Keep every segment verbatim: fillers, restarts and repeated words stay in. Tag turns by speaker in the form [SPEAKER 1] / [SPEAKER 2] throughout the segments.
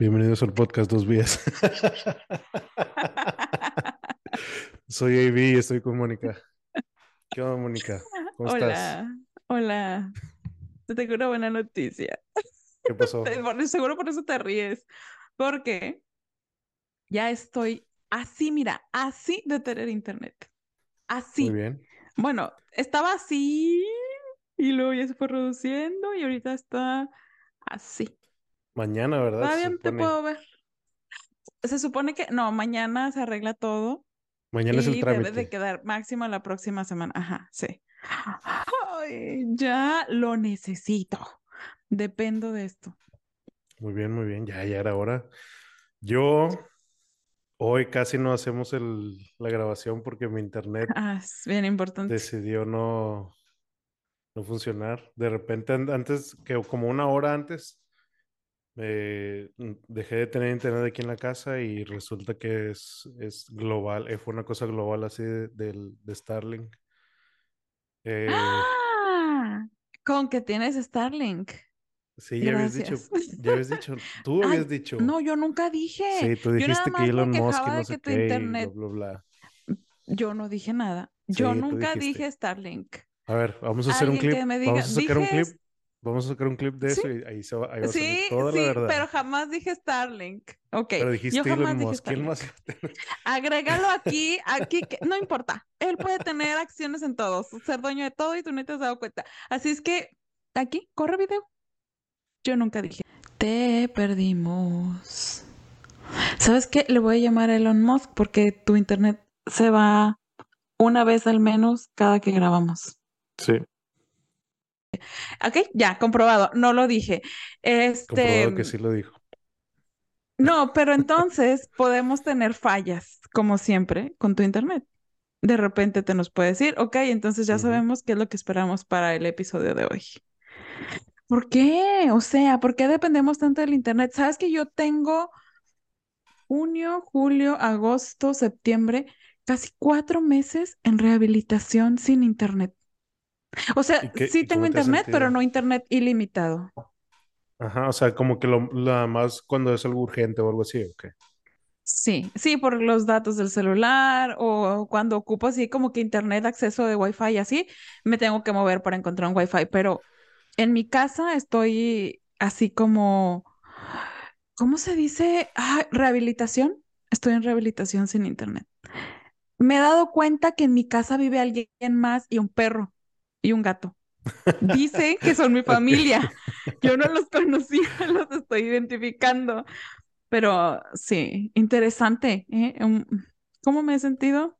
[SPEAKER 1] Bienvenidos al podcast Dos Vías. Soy A B y estoy con Mónica. ¿Qué onda, Mónica? ¿Cómo estás?
[SPEAKER 2] Hola, hola. Te tengo una buena noticia.
[SPEAKER 1] ¿Qué pasó?
[SPEAKER 2] Te- por- Seguro por eso te ríes. Porque ya estoy así, mira, así de tener internet.
[SPEAKER 1] Muy
[SPEAKER 2] Así.
[SPEAKER 1] bien.
[SPEAKER 2] Bueno, estaba así y luego ya se fue reduciendo y ahorita está así.
[SPEAKER 1] Mañana, ¿verdad? Se
[SPEAKER 2] Todavía no te
[SPEAKER 1] supone.
[SPEAKER 2] puedo ver. Se supone que no, mañana se arregla todo
[SPEAKER 1] Mañana es el
[SPEAKER 2] y debe de
[SPEAKER 1] trámite.
[SPEAKER 2] quedar máximo la próxima semana. Ajá, sí. Ay, ya lo necesito. Dependo de esto.
[SPEAKER 1] Muy bien, muy bien. Ya, ya era hora. Yo hoy casi no hacemos el, la grabación porque mi internet
[SPEAKER 2] Ah, es bien importante.
[SPEAKER 1] decidió no, no funcionar. De repente, an- antes, que como una hora antes, eh, mm, dejé de tener internet aquí en la casa y resulta que es, es global, eh, fue una cosa global así de, del- de Starlink. Eh,
[SPEAKER 2] ¡Ah! Con que tienes Starlink.
[SPEAKER 1] sí, ya habías dicho,
[SPEAKER 2] Gracias.
[SPEAKER 1] ya habías dicho, tú habías
[SPEAKER 2] Ay,
[SPEAKER 1] dicho,
[SPEAKER 2] no, yo nunca dije.
[SPEAKER 1] sí, tú
[SPEAKER 2] Yo nada
[SPEAKER 1] dijiste que
[SPEAKER 2] más me
[SPEAKER 1] Elon Musk y
[SPEAKER 2] quejaba
[SPEAKER 1] no
[SPEAKER 2] de
[SPEAKER 1] sé
[SPEAKER 2] que tu
[SPEAKER 1] qué y bla,
[SPEAKER 2] internet.
[SPEAKER 1] bla, bla.
[SPEAKER 2] Yo no dije nada. Yo
[SPEAKER 1] Sí, tú
[SPEAKER 2] nunca
[SPEAKER 1] dijiste.
[SPEAKER 2] dije Starlink.
[SPEAKER 1] A ver, vamos a hacer un
[SPEAKER 2] Alguien que
[SPEAKER 1] clip,
[SPEAKER 2] me diga,
[SPEAKER 1] vamos a sacar un
[SPEAKER 2] dije,
[SPEAKER 1] clip,
[SPEAKER 2] es-
[SPEAKER 1] vamos a sacar un clip de
[SPEAKER 2] sí,
[SPEAKER 1] eso y ahí, se va, ahí va a salir
[SPEAKER 2] sí,
[SPEAKER 1] toda la
[SPEAKER 2] sí,
[SPEAKER 1] verdad.
[SPEAKER 2] pero jamás dije Starlink. Ok,
[SPEAKER 1] Pero
[SPEAKER 2] yo
[SPEAKER 1] dijiste Elon
[SPEAKER 2] jamás dije
[SPEAKER 1] Musk, ¿quién
[SPEAKER 2] Starlink.
[SPEAKER 1] más?
[SPEAKER 2] Agrégalo aquí, aquí, que- no importa. Él puede tener acciones en todos, ser dueño de todo y tú no te has dado cuenta. Así es que, aquí, corre video. Yo nunca dije. Te perdimos. ¿Sabes qué? Le voy a llamar a Elon Musk porque tu internet se va una vez al menos cada que grabamos.
[SPEAKER 1] Sí,
[SPEAKER 2] Ok, ya, comprobado. No lo dije. Este,
[SPEAKER 1] comprobado que sí lo dijo.
[SPEAKER 2] no, pero entonces podemos tener fallas, como siempre, con tu internet. De repente te nos puede decir, ok, entonces ya
[SPEAKER 1] Ujú.
[SPEAKER 2] sabemos qué es lo que esperamos para el episodio de hoy. ¿Por qué? O sea, ¿por qué dependemos tanto del internet? ¿Sabes que yo tengo junio, julio, agosto, septiembre, casi cuatro meses en rehabilitación sin internet? O sea,
[SPEAKER 1] ¿Y qué,
[SPEAKER 2] sí
[SPEAKER 1] y
[SPEAKER 2] tengo
[SPEAKER 1] cómo te has
[SPEAKER 2] internet, pero
[SPEAKER 1] sentido?
[SPEAKER 2] no internet ilimitado.
[SPEAKER 1] Ajá, o sea, como que lo, la más cuando es algo urgente o algo así, ok.
[SPEAKER 2] Sí, sí, por los datos del celular o cuando ocupo así como que internet, acceso de Wi-Fi y así, me tengo que mover para encontrar un Wi-Fi, pero en mi casa estoy así como, ¿cómo se dice? Ah, rehabilitación. Estoy en rehabilitación sin internet. Me he dado cuenta que en mi casa vive alguien más y un perro y un gato. Dicen que son mi
[SPEAKER 1] Ok.
[SPEAKER 2] familia. Yo no los conocía, los estoy identificando. Pero sí, interesante, ¿eh? Um, ¿Cómo me he sentido?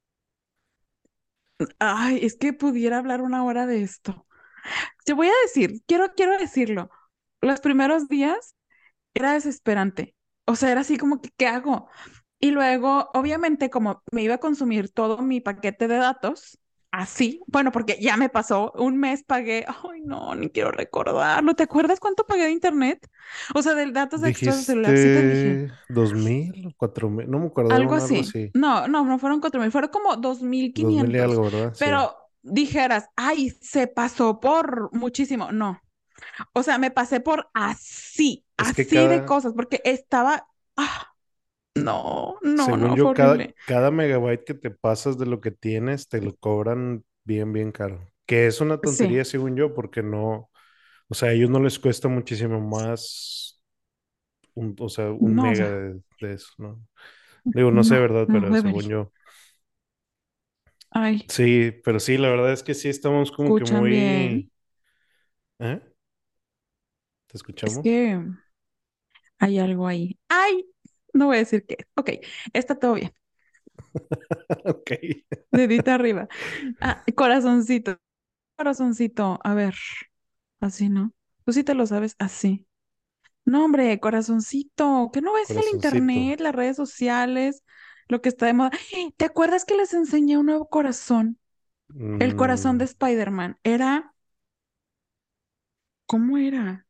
[SPEAKER 2] Ay, es que pudiera hablar una hora de esto. Te voy a decir, quiero, quiero decirlo. Los primeros días era desesperante. O sea, era así como que, ¿qué hago? Y luego, obviamente, como me iba a consumir todo mi paquete de datos, así, bueno, porque ya me pasó, un mes pagué, ay, no, ni quiero recordarlo. ¿Te acuerdas cuánto pagué de internet? O sea, de datos extras de celular, sí te dije.
[SPEAKER 1] Dijiste dos mil, cuatro mil, no me acuerdo, era
[SPEAKER 2] Algo
[SPEAKER 1] un algo
[SPEAKER 2] así.
[SPEAKER 1] así.
[SPEAKER 2] No, no, no fueron cuatro mil, fueron como dos mil
[SPEAKER 1] Dos mil y
[SPEAKER 2] quinientos.
[SPEAKER 1] algo, ¿verdad? Sí.
[SPEAKER 2] Pero dijeras, ay, se pasó por muchísimo. No, o sea, me pasé por así,
[SPEAKER 1] Es que
[SPEAKER 2] así de
[SPEAKER 1] cada,
[SPEAKER 2] cosas, porque estaba, ah, no, no,
[SPEAKER 1] según
[SPEAKER 2] no, fue
[SPEAKER 1] yo, cada,
[SPEAKER 2] horrible.
[SPEAKER 1] cada megabyte que te pasas de lo que tienes, te lo cobran bien, bien caro. Que es una
[SPEAKER 2] Sí,
[SPEAKER 1] tontería, según yo, porque no, o sea, a ellos no les cuesta muchísimo más, un, o sea, un
[SPEAKER 2] no, o
[SPEAKER 1] mega
[SPEAKER 2] sea,
[SPEAKER 1] de, de eso, ¿no? Digo, no sé,
[SPEAKER 2] no,
[SPEAKER 1] ¿verdad?
[SPEAKER 2] no
[SPEAKER 1] Pero según
[SPEAKER 2] debería.
[SPEAKER 1] yo.
[SPEAKER 2] Ay,
[SPEAKER 1] Sí, pero sí, la verdad es que sí estamos como que
[SPEAKER 2] escuchan bien.
[SPEAKER 1] muy... ¿Eh? ¿Te
[SPEAKER 2] Es
[SPEAKER 1] escuchamos?
[SPEAKER 2] que hay algo ahí. Ay, no voy a decir qué. Ok, está todo bien.
[SPEAKER 1] Ok.
[SPEAKER 2] Dedito arriba. Ah, corazoncito. Corazoncito, a ver, así, ¿no? Tú sí te lo sabes así. No, hombre, corazoncito, ¿qué no ves el
[SPEAKER 1] Corazoncito.
[SPEAKER 2] internet, las redes sociales, lo que está de moda? ¿Te acuerdas que les enseñé un nuevo corazón? El corazón de
[SPEAKER 1] Mm,
[SPEAKER 2] Spider-Man. Era, ¿cómo era?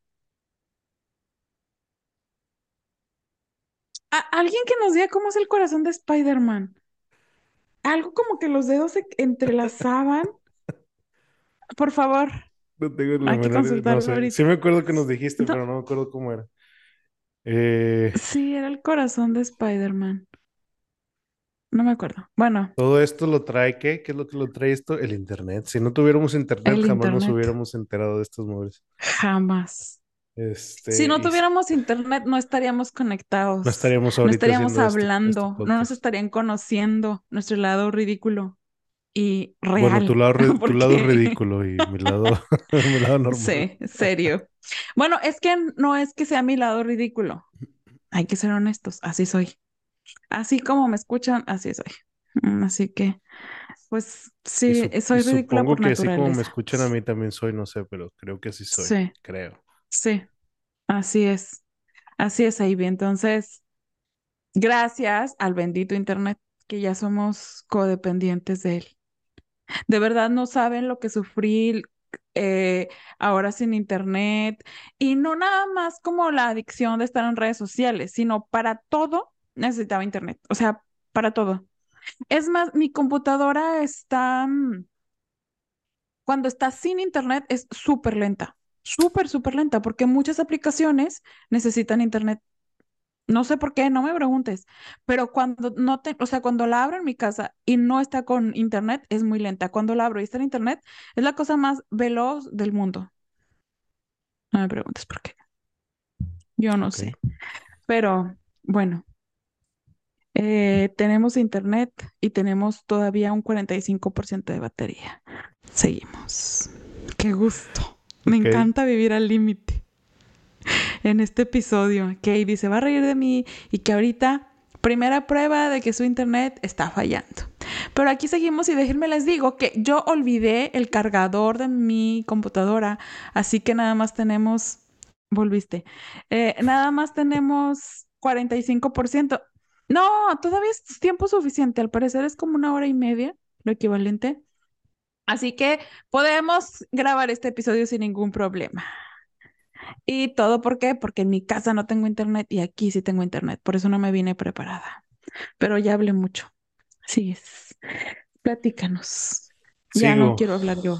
[SPEAKER 2] A- alguien que nos diga cómo es el corazón de Spider-Man. Algo como que los dedos se entrelazaban. Por favor,
[SPEAKER 1] no tengo la
[SPEAKER 2] hay que
[SPEAKER 1] menor idea, no
[SPEAKER 2] consultarlo
[SPEAKER 1] sé. Sí
[SPEAKER 2] ahorita.
[SPEAKER 1] me acuerdo que nos dijiste,
[SPEAKER 2] No,
[SPEAKER 1] pero no me acuerdo cómo era. Eh,
[SPEAKER 2] Sí, era el corazón de Spider-Man. No me acuerdo. Bueno,
[SPEAKER 1] Todo esto lo trae, ¿qué? ¿Qué es lo que lo trae esto? El internet. Si no tuviéramos internet,
[SPEAKER 2] el
[SPEAKER 1] jamás nos
[SPEAKER 2] internet.
[SPEAKER 1] hubiéramos enterado de estos móviles.
[SPEAKER 2] Jamás. Si
[SPEAKER 1] Este,
[SPEAKER 2] no
[SPEAKER 1] y s-
[SPEAKER 2] tuviéramos internet, no estaríamos
[SPEAKER 1] no
[SPEAKER 2] conectados,
[SPEAKER 1] estaríamos
[SPEAKER 2] no
[SPEAKER 1] ahorita
[SPEAKER 2] estaríamos
[SPEAKER 1] haciendo este, este
[SPEAKER 2] hablando, no nos
[SPEAKER 1] podcast.
[SPEAKER 2] estarían conociendo nuestro lado ridículo y
[SPEAKER 1] Bueno, tu
[SPEAKER 2] real,
[SPEAKER 1] lado, ri- tu lado
[SPEAKER 2] porque
[SPEAKER 1] ridículo y mi lado, mi lado normal.
[SPEAKER 2] sí, serio. Bueno, es que no es que sea mi lado ridículo, hay que ser honestos, así soy. Así como me escuchan, así soy. Mm, Así que, pues
[SPEAKER 1] Y,
[SPEAKER 2] sí,
[SPEAKER 1] su- y
[SPEAKER 2] soy ridícula
[SPEAKER 1] supongo
[SPEAKER 2] por
[SPEAKER 1] que así como me
[SPEAKER 2] naturaleza.
[SPEAKER 1] escuchan a mí también soy, no sé, pero creo que así soy,
[SPEAKER 2] Sí,
[SPEAKER 1] creo.
[SPEAKER 2] sí, así es. Así es, Ivy. Entonces, gracias al bendito Internet, que ya somos codependientes de él. De verdad no saben lo que sufrí eh, ahora sin Internet. Y no nada más como la adicción de estar en redes sociales, sino para todo necesitaba Internet. O sea, para todo. Es más, mi computadora está, mm, cuando está sin Internet, es súper lenta. Súper, súper lenta, porque muchas aplicaciones necesitan Internet. No sé por qué, no me preguntes, pero cuando no te, o sea, cuando la abro en mi casa y no está con internet, es muy lenta. Cuando la abro y está en internet, es la cosa más veloz del mundo. No me preguntes por qué. Yo no
[SPEAKER 1] Ok.
[SPEAKER 2] sé. Pero bueno, eh, tenemos internet y tenemos todavía un cuarenta y cinco por ciento de batería. Seguimos. Qué gusto. Me
[SPEAKER 1] Ok.
[SPEAKER 2] encanta vivir al límite en este episodio. Que Ivy se va a reír de mí y que ahorita, primera prueba de que su internet está fallando. Pero aquí seguimos y déjenme les digo que yo olvidé el cargador de mi computadora, así que nada más tenemos, volviste, Eh, nada más tenemos cuarenta y cinco por ciento. No, todavía es tiempo suficiente, al parecer es como una hora y media, lo equivalente. Así que podemos grabar este episodio sin ningún problema. Y todo, ¿por qué? Porque en mi casa no tengo internet y aquí sí tengo internet, por eso no me vine preparada. Pero ya hablé mucho. Así es. Platícanos. Ya no
[SPEAKER 1] Sigo.
[SPEAKER 2] quiero hablar yo.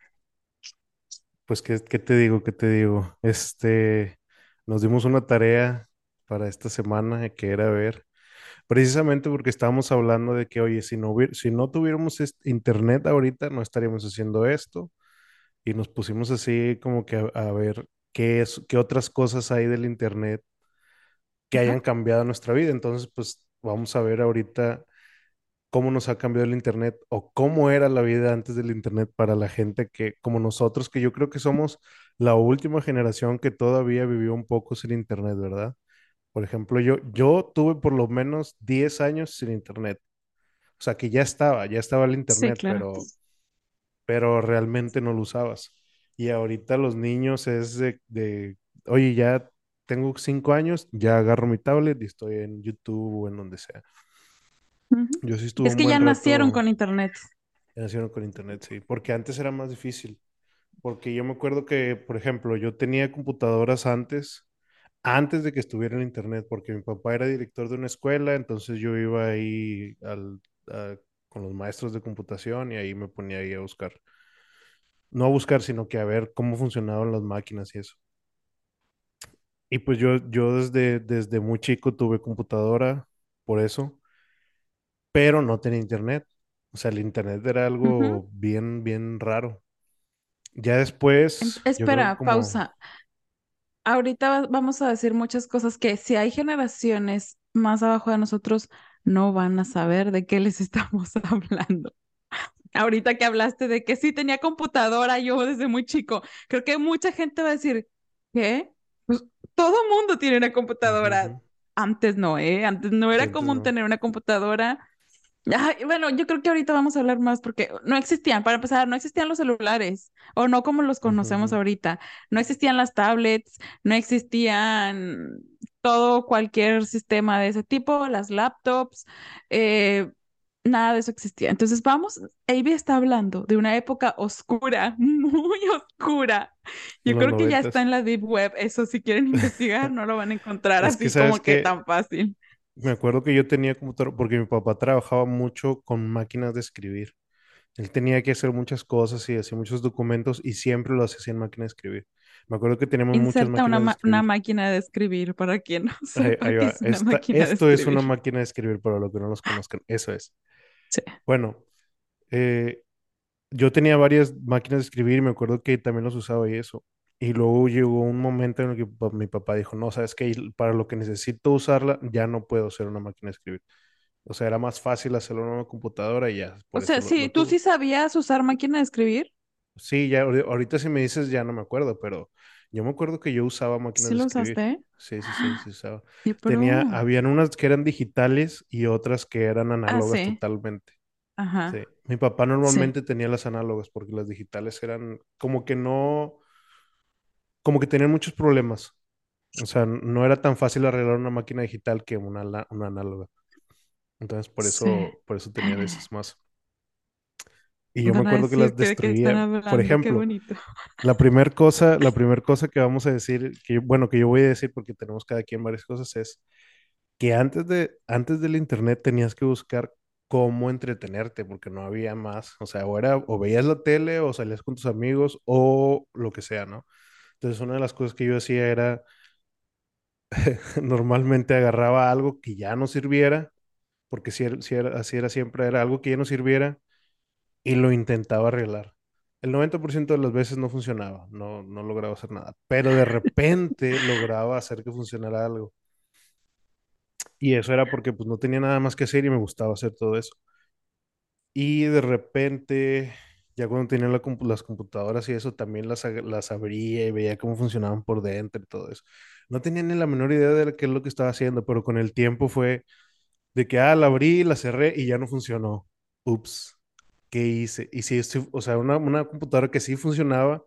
[SPEAKER 1] Pues, ¿qué, qué te digo? ¿Qué te digo? Este, nos dimos una tarea para esta semana que era ver, precisamente porque estábamos hablando de que, oye, si no hubiera, si no tuviéramos este internet ahorita, no estaríamos haciendo esto. Y nos pusimos así como que a, a ver qué es, qué otras cosas hay del internet que
[SPEAKER 2] Ajá.
[SPEAKER 1] hayan cambiado nuestra vida. Entonces, pues vamos a ver ahorita cómo nos ha cambiado el internet o cómo era la vida antes del internet para la gente que, como nosotros, que yo creo que somos la última generación que todavía vivió un poco sin internet, ¿verdad? Por ejemplo, yo, yo tuve por lo menos diez años sin internet. O sea, que ya estaba, ya estaba el
[SPEAKER 2] Sí,
[SPEAKER 1] internet,
[SPEAKER 2] claro.
[SPEAKER 1] pero pero realmente no lo usabas. Y ahorita los niños es de, de, oye, ya tengo cinco años, ya agarro mi tablet y estoy en YouTube o en donde sea.
[SPEAKER 2] Ujú.
[SPEAKER 1] Yo sí estuve
[SPEAKER 2] Es
[SPEAKER 1] un
[SPEAKER 2] que
[SPEAKER 1] buen
[SPEAKER 2] ya nacieron
[SPEAKER 1] rato
[SPEAKER 2] con internet.
[SPEAKER 1] naciendo con internet, sí, porque antes era más difícil. Porque yo me acuerdo que, por ejemplo, yo tenía computadoras antes, antes de que estuviera el internet, porque mi papá era director de una escuela, entonces yo iba ahí al, a- con los maestros de computación y ahí me ponía ahí a buscar. No a buscar, sino que a ver cómo funcionaban las máquinas y eso. Y pues yo, yo desde, desde muy chico tuve computadora, por eso, pero no tenía internet. O sea, el internet era
[SPEAKER 2] Ujú.
[SPEAKER 1] algo bien, bien raro. Ya
[SPEAKER 2] Em-
[SPEAKER 1] después, yo creo que
[SPEAKER 2] espera,
[SPEAKER 1] como,
[SPEAKER 2] pausa. Ahorita va- vamos a decir muchas cosas que si hay generaciones más abajo de nosotros, no van a saber de qué les estamos hablando. Ahorita que hablaste de que sí tenía computadora yo desde muy chico, creo que mucha gente va a decir, ¿qué? Pues todo mundo tiene una computadora.
[SPEAKER 1] ujú,
[SPEAKER 2] Antes no, ¿eh? Antes no
[SPEAKER 1] sí,
[SPEAKER 2] era
[SPEAKER 1] antes
[SPEAKER 2] común
[SPEAKER 1] no.
[SPEAKER 2] tener una computadora. Ay, bueno, yo creo que ahorita vamos a hablar más porque no existían, para empezar, no existían los celulares o no como los
[SPEAKER 1] Ujú,
[SPEAKER 2] conocemos
[SPEAKER 1] ujú.
[SPEAKER 2] ahorita. No existían las tablets, no existían todo, cualquier sistema de ese tipo, las laptops, eh, nada de eso existía. Entonces vamos, Avi está hablando de una época oscura, muy oscura.
[SPEAKER 1] En
[SPEAKER 2] Yo
[SPEAKER 1] los
[SPEAKER 2] creo que ya está
[SPEAKER 1] noventas.
[SPEAKER 2] en la deep web, eso si quieren investigar no lo van a encontrar
[SPEAKER 1] Es que,
[SPEAKER 2] así
[SPEAKER 1] ¿sabes
[SPEAKER 2] como que
[SPEAKER 1] que
[SPEAKER 2] tan fácil.
[SPEAKER 1] Me acuerdo que yo tenía computadora porque mi papá trabajaba mucho con máquinas de escribir. Él tenía que hacer muchas cosas y hacía muchos documentos y siempre lo hacía en máquina de escribir. Me acuerdo que teníamos muchas
[SPEAKER 2] Inserta una,
[SPEAKER 1] máquinas de
[SPEAKER 2] ma- una
[SPEAKER 1] escribir.
[SPEAKER 2] máquina de escribir para quien no
[SPEAKER 1] Ahí,
[SPEAKER 2] sepa
[SPEAKER 1] ahí
[SPEAKER 2] qué
[SPEAKER 1] va.
[SPEAKER 2] es una
[SPEAKER 1] Esta,
[SPEAKER 2] máquina de
[SPEAKER 1] esto es una
[SPEAKER 2] escribir.
[SPEAKER 1] máquina de escribir para los que no los conozcan. Eso es.
[SPEAKER 2] Sí.
[SPEAKER 1] Bueno, eh, yo tenía varias máquinas de escribir y me acuerdo que también los usaba y eso. Y luego llegó un momento en el que pa- mi papá dijo, no, sabes que para lo que necesito usarla, ya no puedo usar una máquina de escribir. O sea, era más fácil hacerlo en una computadora y ya,
[SPEAKER 2] O
[SPEAKER 1] por eso
[SPEAKER 2] sea,
[SPEAKER 1] lo,
[SPEAKER 2] sí,
[SPEAKER 1] lo
[SPEAKER 2] ¿tú
[SPEAKER 1] tuve.
[SPEAKER 2] sí sabías usar máquina de escribir?
[SPEAKER 1] Sí, ya ahori- ahorita si me dices ya no me acuerdo, pero yo me acuerdo que yo usaba máquinas
[SPEAKER 2] ¿Sí
[SPEAKER 1] de
[SPEAKER 2] lo
[SPEAKER 1] escribir.
[SPEAKER 2] usaste?
[SPEAKER 1] Sí, sí, sí, sí usaba.
[SPEAKER 2] ¡Qué
[SPEAKER 1] Tenía,
[SPEAKER 2] pro!
[SPEAKER 1] habían unas que eran digitales y otras que eran
[SPEAKER 2] Ah,
[SPEAKER 1] análogas
[SPEAKER 2] sí.
[SPEAKER 1] totalmente. Sí.
[SPEAKER 2] Ajá.
[SPEAKER 1] Mi papá
[SPEAKER 2] Sí.
[SPEAKER 1] normalmente tenía las análogas porque las digitales eran como que no, como que tenían muchos problemas. O sea, no era tan fácil arreglar una máquina digital que una, ala- una análoga. Entonces, por
[SPEAKER 2] Sí.
[SPEAKER 1] eso, por eso tenía de esas más. Y yo me
[SPEAKER 2] Van a
[SPEAKER 1] acuerdo que
[SPEAKER 2] decir
[SPEAKER 1] las
[SPEAKER 2] que de qué están
[SPEAKER 1] destruía. Por
[SPEAKER 2] hablando, qué
[SPEAKER 1] ejemplo,
[SPEAKER 2] bonito.
[SPEAKER 1] la primera cosa, la primera cosa que vamos a decir, que yo- bueno, que yo voy a decir porque tenemos cada quien varias cosas, es que antes de, antes del internet tenías que buscar cómo entretenerte, porque no había más. O sea, o era, o veías la tele, o salías con tus amigos, o lo que sea, ¿no? Entonces, una de las cosas que yo hacía era, normalmente agarraba algo que ya no sirviera, porque si era, si era- así era siempre, era algo que ya no sirviera, y lo intentaba arreglar. El noventa por ciento de las veces no funcionaba, no, no lograba hacer nada, pero de repente lograba hacer que funcionara algo. Y eso era porque pues no tenía nada más que hacer y me gustaba hacer todo eso. Y de repente, ya cuando tenía la compu- las computadoras y eso, también las, ag- las abría y veía cómo funcionaban por dentro y todo eso. No tenía ni la menor idea de qué es lo que estaba haciendo, pero con el tiempo fue de que, ah, la abrí, la cerré y ya no funcionó. Ups, ¿qué hice? Y si estoy, o sea, una, una computadora que sí funcionaba,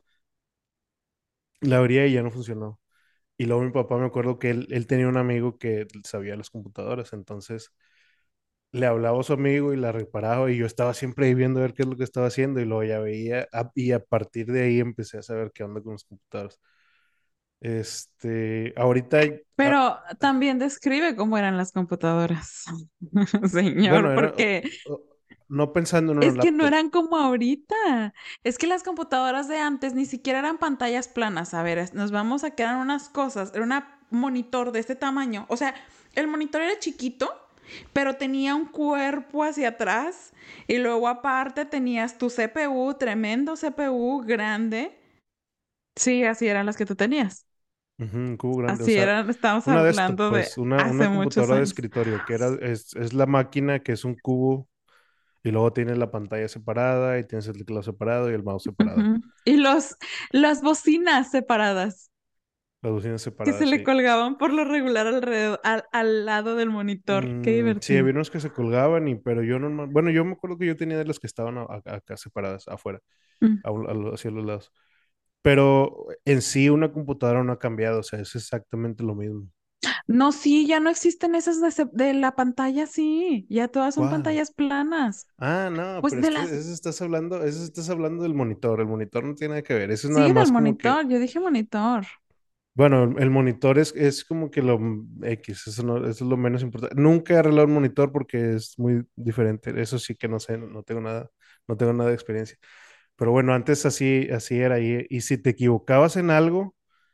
[SPEAKER 1] la abría y ya no funcionó. Y luego mi papá me acuerdo que él, él tenía un amigo que sabía las computadoras, entonces le hablaba a su amigo y la reparaba y yo estaba siempre ahí viendo a ver qué es lo que estaba haciendo y luego ya veía a- y a partir de ahí empecé a saber qué onda con los computadores. Este, ahorita, ah,
[SPEAKER 2] Pero también describe cómo eran las computadoras,
[SPEAKER 1] bueno,
[SPEAKER 2] señor,
[SPEAKER 1] era o-
[SPEAKER 2] porque
[SPEAKER 1] o- no pensando en una
[SPEAKER 2] es que no
[SPEAKER 1] laptop.
[SPEAKER 2] eran como ahorita. Es que las computadoras de antes ni siquiera eran pantallas planas. A ver, es- nos vamos a quedar en unas cosas. Era un monitor de este tamaño. O sea, el monitor era chiquito, pero tenía un cuerpo hacia atrás. Y luego aparte tenías tu C P U, tremendo C P U grande. Sí, así eran las que tú tenías.
[SPEAKER 1] Ujú, un cubo grande, o
[SPEAKER 2] Así
[SPEAKER 1] sea,
[SPEAKER 2] eran, estamos
[SPEAKER 1] una de estas,
[SPEAKER 2] hablando de
[SPEAKER 1] pues una,
[SPEAKER 2] hace
[SPEAKER 1] una
[SPEAKER 2] muchos
[SPEAKER 1] computadora de
[SPEAKER 2] años.
[SPEAKER 1] escritorio que era, es, es la máquina que es un cubo y luego tienes la pantalla separada y tienes el teclado separado y el mouse separado,
[SPEAKER 2] Ujú. Y los, las bocinas separadas
[SPEAKER 1] las bocinas
[SPEAKER 2] que se
[SPEAKER 1] separadas,
[SPEAKER 2] le
[SPEAKER 1] sí.
[SPEAKER 2] colgaban por lo regular alrededor, al, al lado del monitor. Qué
[SPEAKER 1] Mm, sí,
[SPEAKER 2] divertido.
[SPEAKER 1] había unos que se colgaban, y, pero yo no, bueno, yo me acuerdo que yo tenía de las que estaban a- a- acá separadas, afuera,
[SPEAKER 2] Mm.
[SPEAKER 1] a un- a lo- hacia los lados. Pero en sí una computadora no ha cambiado, o sea, es exactamente lo mismo.
[SPEAKER 2] No, sí, ya no existen esas de, se- de la pantalla, sí. Ya todas son
[SPEAKER 1] ¿Cuál?
[SPEAKER 2] pantallas planas.
[SPEAKER 1] Ah, no,
[SPEAKER 2] Pues
[SPEAKER 1] pero
[SPEAKER 2] de
[SPEAKER 1] este,
[SPEAKER 2] las,
[SPEAKER 1] ese estás hablando, ese estás hablando del monitor, el monitor no tiene nada que ver, eso es nada
[SPEAKER 2] sí, del
[SPEAKER 1] más como que,
[SPEAKER 2] monitor. Yo dije monitor.
[SPEAKER 1] bueno, el, el monitor es, es como que lo mm, X, eso, no, eso es lo menos importante. Nunca he arreglado un monitor porque es muy diferente, eso sí que no sé, no tengo nada, no tengo nada de experiencia. Pero bueno, antes así, así era. Y, y si te equivocabas en algo,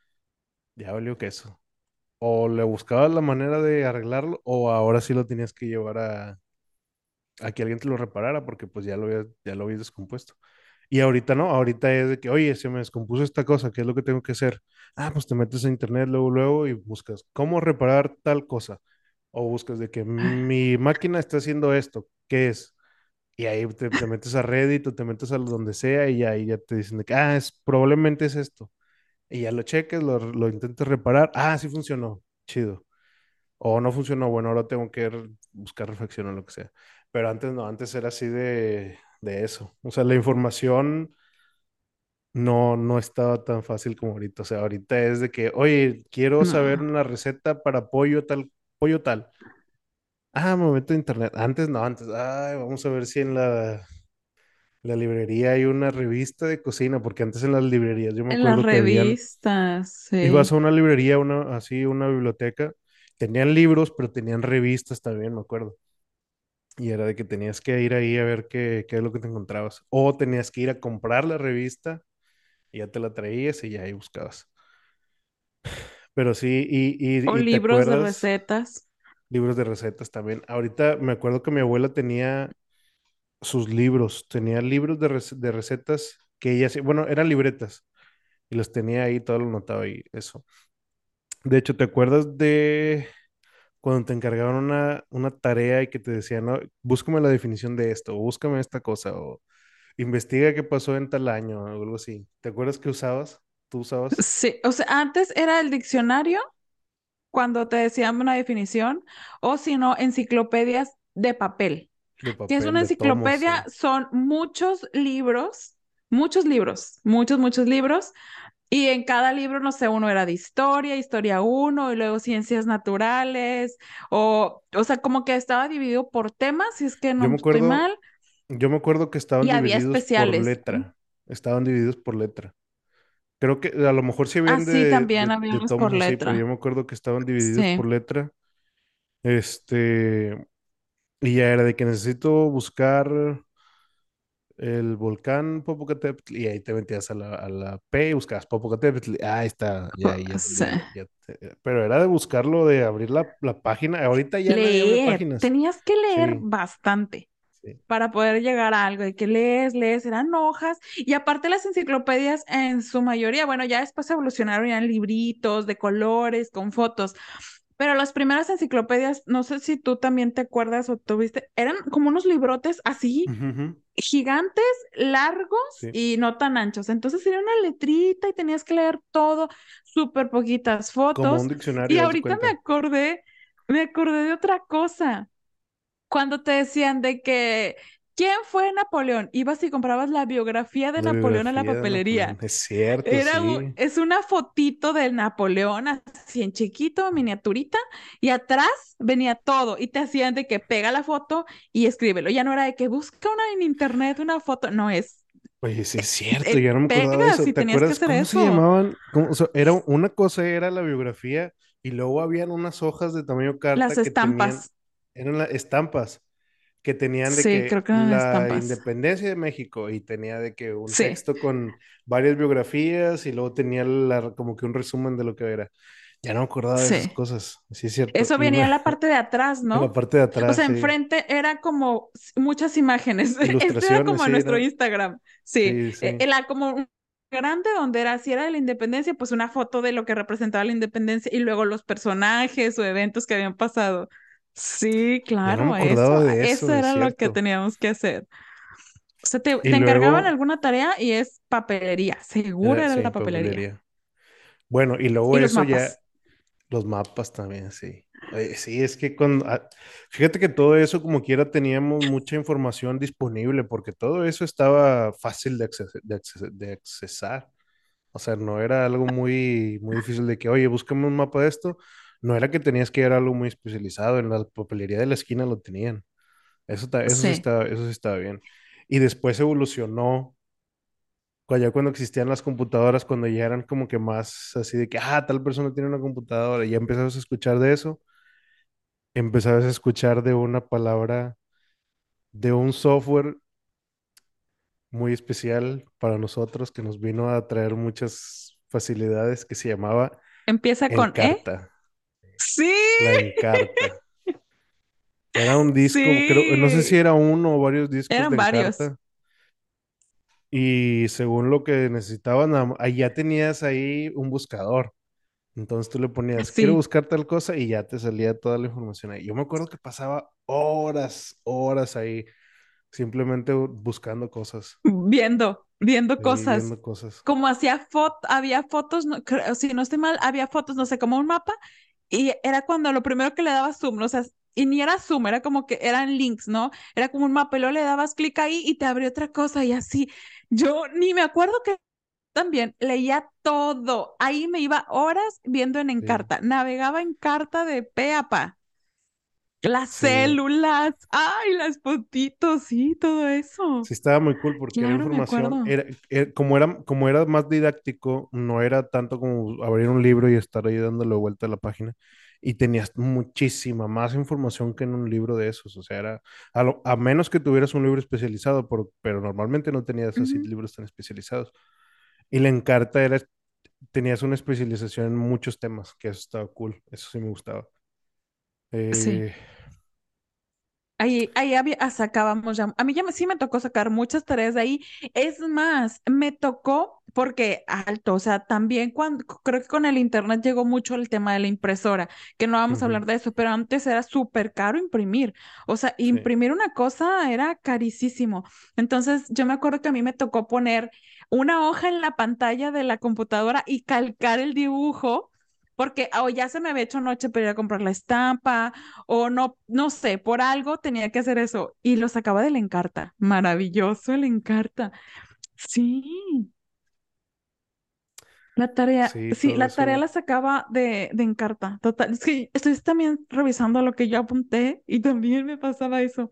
[SPEAKER 1] ya valió queso. O le buscabas la manera de arreglarlo, o ahora sí lo tenías que llevar a, a que alguien te lo reparara, porque pues ya lo habías, ya lo habías descompuesto. Y ahorita no, ahorita es de que, oye, se me descompuso esta cosa, ¿qué es lo que tengo que hacer? Ah, pues te metes a internet luego, luego y buscas cómo reparar tal cosa. O buscas de que mi máquina está haciendo esto, ¿qué es? Y ahí te, te metes a Reddit o te metes a donde sea y ahí ya te dicen de que, ah, es, probablemente es esto. Y ya lo cheques, lo, lo intentes reparar. Ah, sí funcionó. Chido. O no funcionó. Bueno, ahora tengo que re- buscar refacción o lo que sea. Pero antes no, antes era así de, de eso. O sea, la información no, no estaba tan fácil como ahorita. O sea, ahorita es de que, oye, quiero saber
[SPEAKER 2] No.
[SPEAKER 1] una receta para pollo tal, pollo tal. Ah, me meto a internet. Antes no, antes, ay, vamos a ver si en la, la librería hay una revista de cocina, porque antes en las librerías yo me
[SPEAKER 2] En las
[SPEAKER 1] acuerdo que habían.
[SPEAKER 2] revistas,
[SPEAKER 1] Ibas
[SPEAKER 2] sí.
[SPEAKER 1] a una librería, una, así, una biblioteca, tenían libros, pero tenían revistas también, me acuerdo. Y era de que tenías que ir ahí a ver qué, qué es lo que te encontrabas. O tenías que ir a comprar la revista y ya te la traías y ya ahí buscabas. Pero sí, y,
[SPEAKER 2] O
[SPEAKER 1] y, y te
[SPEAKER 2] libros de
[SPEAKER 1] acuerdas,
[SPEAKER 2] recetas.
[SPEAKER 1] libros de recetas también. Ahorita me acuerdo que mi abuela tenía sus libros, tenía libros de, rec- de recetas que ella hacía, bueno, eran libretas, y los tenía ahí, todo lo notaba ahí, eso. De hecho, ¿te acuerdas de cuando te encargaban una, una tarea y que te decían, no, búscame la definición de esto, o búscame esta cosa, o investiga qué pasó en tal año, o algo así? ¿Te acuerdas que usabas? ¿Tú usabas?
[SPEAKER 2] Sí, o sea, antes era el diccionario cuando te decían una definición, o si no, enciclopedias de papel.
[SPEAKER 1] De
[SPEAKER 2] ¿Qué es
[SPEAKER 1] papel,
[SPEAKER 2] una
[SPEAKER 1] de tomos,
[SPEAKER 2] enciclopedia?
[SPEAKER 1] sí.
[SPEAKER 2] Son muchos libros, muchos libros, muchos, muchos libros. Y en cada libro, no sé, uno era de historia, historia uno, y luego ciencias naturales, o, o sea, como que estaba dividido por temas, si es que
[SPEAKER 1] Yo
[SPEAKER 2] no
[SPEAKER 1] me
[SPEAKER 2] estoy
[SPEAKER 1] acuerdo,
[SPEAKER 2] mal,
[SPEAKER 1] yo me acuerdo que estaban
[SPEAKER 2] y había
[SPEAKER 1] divididos por
[SPEAKER 2] especiales.
[SPEAKER 1] letra, estaban divididos por letra. Creo que a lo mejor sí habían
[SPEAKER 2] Así
[SPEAKER 1] de,
[SPEAKER 2] también
[SPEAKER 1] de,
[SPEAKER 2] había
[SPEAKER 1] de
[SPEAKER 2] unos por
[SPEAKER 1] tomos así, pero yo
[SPEAKER 2] letra.
[SPEAKER 1] me acuerdo que estaban divididos por
[SPEAKER 2] Sí,
[SPEAKER 1] letra. Este, y ya era de que necesito buscar el volcán Popocatépetl, y ahí te metías a la, a la P y buscabas Popocatépetl. Ah, ahí está, ya, ahí ya,
[SPEAKER 2] sí.
[SPEAKER 1] ya, ya, ya te- pero era de buscarlo, de abrir la, la página. Ahorita ya nadie abre
[SPEAKER 2] Leer,
[SPEAKER 1] páginas.
[SPEAKER 2] tenías que leer
[SPEAKER 1] Sí,
[SPEAKER 2] bastante
[SPEAKER 1] sí.
[SPEAKER 2] para poder llegar a algo, de que lees, lees, eran hojas, y aparte las enciclopedias en su mayoría, bueno, ya después evolucionaron, eran libritos de colores, con fotos, pero las primeras enciclopedias, no sé si tú también te acuerdas o tuviste, eran como unos librotes así,
[SPEAKER 1] Ujú, ujú,
[SPEAKER 2] gigantes, largos
[SPEAKER 1] sí.
[SPEAKER 2] y no tan anchos, entonces era una letrita y tenías que leer todo, súper poquitas
[SPEAKER 1] Como un
[SPEAKER 2] fotos, y
[SPEAKER 1] diccionario, haz de
[SPEAKER 2] ahorita me
[SPEAKER 1] cuenta.
[SPEAKER 2] acordé, me acordé de otra cosa cuando te decían de que, ¿quién fue Napoleón? Ibas y comprabas la biografía de
[SPEAKER 1] La
[SPEAKER 2] Napoleón en la
[SPEAKER 1] biografía de Napoleón.
[SPEAKER 2] papelería.
[SPEAKER 1] Es cierto,
[SPEAKER 2] Era un-
[SPEAKER 1] sí.
[SPEAKER 2] es una fotito del Napoleón, así en chiquito, miniaturita, y atrás venía todo, y te hacían de que pega la foto y escríbelo. Ya no era de que busca una en internet, una foto, no es,
[SPEAKER 1] Oye, sí es cierto,
[SPEAKER 2] eh,
[SPEAKER 1] ya no me acordaba de
[SPEAKER 2] pegas
[SPEAKER 1] eso.
[SPEAKER 2] y
[SPEAKER 1] ¿Te
[SPEAKER 2] tenías que
[SPEAKER 1] acuerdas
[SPEAKER 2] hacer
[SPEAKER 1] cómo se
[SPEAKER 2] eso.
[SPEAKER 1] llamaban? ¿Cómo- o sea, era una cosa era la biografía y luego habían unas hojas de tamaño
[SPEAKER 2] Las
[SPEAKER 1] carta que tenían,
[SPEAKER 2] estampas,
[SPEAKER 1] eran las estampas que tenían de
[SPEAKER 2] sí,
[SPEAKER 1] que
[SPEAKER 2] creo que eran
[SPEAKER 1] la
[SPEAKER 2] estampas.
[SPEAKER 1] independencia de México y tenía de que un
[SPEAKER 2] Sí,
[SPEAKER 1] texto con varias biografías y luego tenía la, como que un resumen de lo que era. Ya no me acordaba de esas
[SPEAKER 2] sí.
[SPEAKER 1] cosas, sí es cierto.
[SPEAKER 2] Eso
[SPEAKER 1] Y
[SPEAKER 2] venía
[SPEAKER 1] me-
[SPEAKER 2] en la parte de atrás,
[SPEAKER 1] en la
[SPEAKER 2] ¿no?
[SPEAKER 1] parte de
[SPEAKER 2] O
[SPEAKER 1] atrás,
[SPEAKER 2] sea,
[SPEAKER 1] sí.
[SPEAKER 2] enfrente era como s- muchas imágenes. Este era
[SPEAKER 1] Ilustraciones,
[SPEAKER 2] como
[SPEAKER 1] sí,
[SPEAKER 2] nuestro
[SPEAKER 1] ¿no?
[SPEAKER 2] Instagram. Sí,
[SPEAKER 1] Sí,
[SPEAKER 2] e-
[SPEAKER 1] sí.
[SPEAKER 2] era como un grande donde era, si era de la independencia, pues una foto de lo que representaba la independencia y luego los personajes o eventos que habían pasado. Sí,
[SPEAKER 1] Ya no me
[SPEAKER 2] claro,
[SPEAKER 1] acordaba
[SPEAKER 2] eso,
[SPEAKER 1] de
[SPEAKER 2] eso
[SPEAKER 1] eso, es
[SPEAKER 2] era lo que
[SPEAKER 1] cierto.
[SPEAKER 2] teníamos que hacer. O sea, te,
[SPEAKER 1] Y
[SPEAKER 2] te encargaban
[SPEAKER 1] luego,
[SPEAKER 2] alguna tarea y es papelería, seguro
[SPEAKER 1] era,
[SPEAKER 2] era
[SPEAKER 1] sí,
[SPEAKER 2] la papelería.
[SPEAKER 1] papelería. Bueno, y luego
[SPEAKER 2] Y los
[SPEAKER 1] eso ya,
[SPEAKER 2] mapas.
[SPEAKER 1] los mapas también, sí. Eh, sí, es que cuando, ah, fíjate que todo eso como quiera teníamos mucha información disponible porque todo eso estaba fácil de, acces- de, acces- de accesar. O sea, no era algo muy, muy difícil de que, oye, búscame un mapa de esto. No era que tenías que ir a algo muy especializado. En la papelería de la esquina lo tenían. Eso, ta- eso sí
[SPEAKER 2] Sí,
[SPEAKER 1] estaba, eso sí estaba bien. Y después evolucionó cu- ya cuando existían las computadoras, cuando ya eran como que más así de que, ah, tal persona tiene una computadora, y ya empezabas a escuchar de eso, empezabas a escuchar de una palabra, de un software muy especial para nosotros que nos vino a traer muchas facilidades que se llamaba
[SPEAKER 2] empieza con E.
[SPEAKER 1] Encarta,
[SPEAKER 2] Sí,
[SPEAKER 1] la Encarta. Era un disco, creo, no sé si
[SPEAKER 2] sí.
[SPEAKER 1] era uno o varios discos
[SPEAKER 2] Eran
[SPEAKER 1] de
[SPEAKER 2] varios.
[SPEAKER 1] Encarta. Y según lo que necesitaban, am- ahí ya tenías ahí un buscador. Entonces tú le ponías, quiero
[SPEAKER 2] Sí.
[SPEAKER 1] buscar tal cosa y ya te salía toda la información ahí. Yo me acuerdo que pasaba horas, horas ahí, simplemente bu- buscando cosas
[SPEAKER 2] Viendo, viendo
[SPEAKER 1] y
[SPEAKER 2] cosas.
[SPEAKER 1] viendo cosas.
[SPEAKER 2] Como hacía foto, había fotos, no, creo- si no estoy mal, había fotos, no sé, como un mapa, y era cuando lo primero que le dabas zoom, ¿no? O sea, y ni era zoom, era como que eran links, ¿no? Era como un mapa, y luego le dabas clic ahí y te abrió otra cosa y así. Yo ni me acuerdo que también leía todo. Ahí me iba horas viendo en
[SPEAKER 1] Sí,
[SPEAKER 2] Encarta, navegaba en carta de pe a pa. Las
[SPEAKER 1] sí,
[SPEAKER 2] células, ay, las fotitos, sí, todo eso.
[SPEAKER 1] sí estaba muy cool porque era
[SPEAKER 2] Claro, me
[SPEAKER 1] información,
[SPEAKER 2] acuerdo.
[SPEAKER 1] era, era- como era, como era más didáctico, no era tanto como abrir un libro y estar ahí dándole vuelta a la página. Y tenías muchísima más información que en un libro de esos. O sea, era, a, lo- a menos que tuvieras un libro especializado, por- pero normalmente no tenías así
[SPEAKER 2] Ujú.
[SPEAKER 1] libros tan especializados. Y la Encarta era tenías una especialización en muchos temas, que eso estaba cool, eso sí me gustaba.
[SPEAKER 2] Sí.
[SPEAKER 1] Eh,
[SPEAKER 2] Ahí, ahí había, ah, sacábamos ya. A mí ya me- sí me tocó sacar muchas tareas de ahí. Es más, me tocó porque alto, o sea, también cuando creo que con el internet llegó mucho el tema de la impresora, que no vamos a
[SPEAKER 1] ujú,
[SPEAKER 2] hablar de eso, pero antes era súper caro imprimir. O sea,
[SPEAKER 1] sí,
[SPEAKER 2] imprimir una cosa era carísimo. Entonces, yo me acuerdo que a mí me tocó poner una hoja en la pantalla de la computadora y calcar el dibujo. Porque o ya se me había hecho noche para ir a comprar la estampa, o no, no sé, por algo tenía que hacer eso. Y lo sacaba del Encarta. Maravilloso el Encarta. Sí, la tarea,
[SPEAKER 1] sí,
[SPEAKER 2] sí,
[SPEAKER 1] todo
[SPEAKER 2] la tarea
[SPEAKER 1] eso.
[SPEAKER 2] la sacaba de, de Encarta. Total, es que estoy también revisando lo que yo apunté y también me pasaba eso,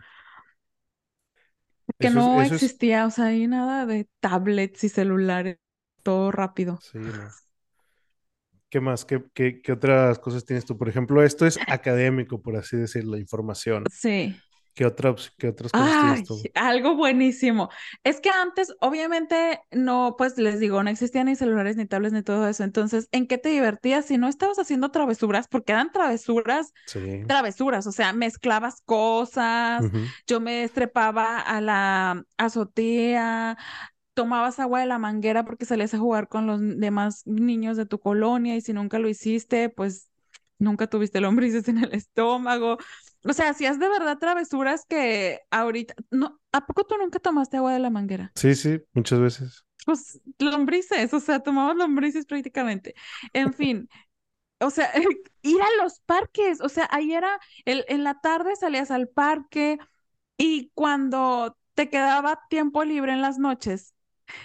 [SPEAKER 2] que
[SPEAKER 1] Eso es,
[SPEAKER 2] no
[SPEAKER 1] eso es,
[SPEAKER 2] existía, o sea, hay nada de tablets y celulares, todo rápido.
[SPEAKER 1] sí, no. ¿Qué más? ¿Qué, qué, qué otras cosas tienes tú? Por ejemplo, esto es académico, por así decirlo, la información.
[SPEAKER 2] Sí.
[SPEAKER 1] ¿Qué otras, qué otras cosas tienes
[SPEAKER 2] Ay,
[SPEAKER 1] tú?
[SPEAKER 2] algo buenísimo. Es que antes, obviamente, no, pues les digo, no existían ni celulares, ni tablets, ni todo eso. Entonces, ¿en qué te divertías si no estabas haciendo travesuras? Porque eran travesuras,
[SPEAKER 1] Sí.
[SPEAKER 2] travesuras, o sea, mezclabas cosas,
[SPEAKER 1] Ujú,
[SPEAKER 2] yo me estrepaba a la azotea, tomabas agua de la manguera porque salías a jugar con los demás niños de tu colonia y si nunca lo hiciste, pues nunca tuviste lombrices en el estómago. O sea, hacías de verdad travesuras que ahorita, no, ¿a poco tú nunca tomaste agua de la manguera?
[SPEAKER 1] sí, sí, muchas veces.
[SPEAKER 2] Pues lombrices, o sea, tomabas lombrices prácticamente. En fin, o sea, ir a los parques, o sea, ahí era, el, en la tarde salías al parque y cuando te quedaba tiempo libre en las noches,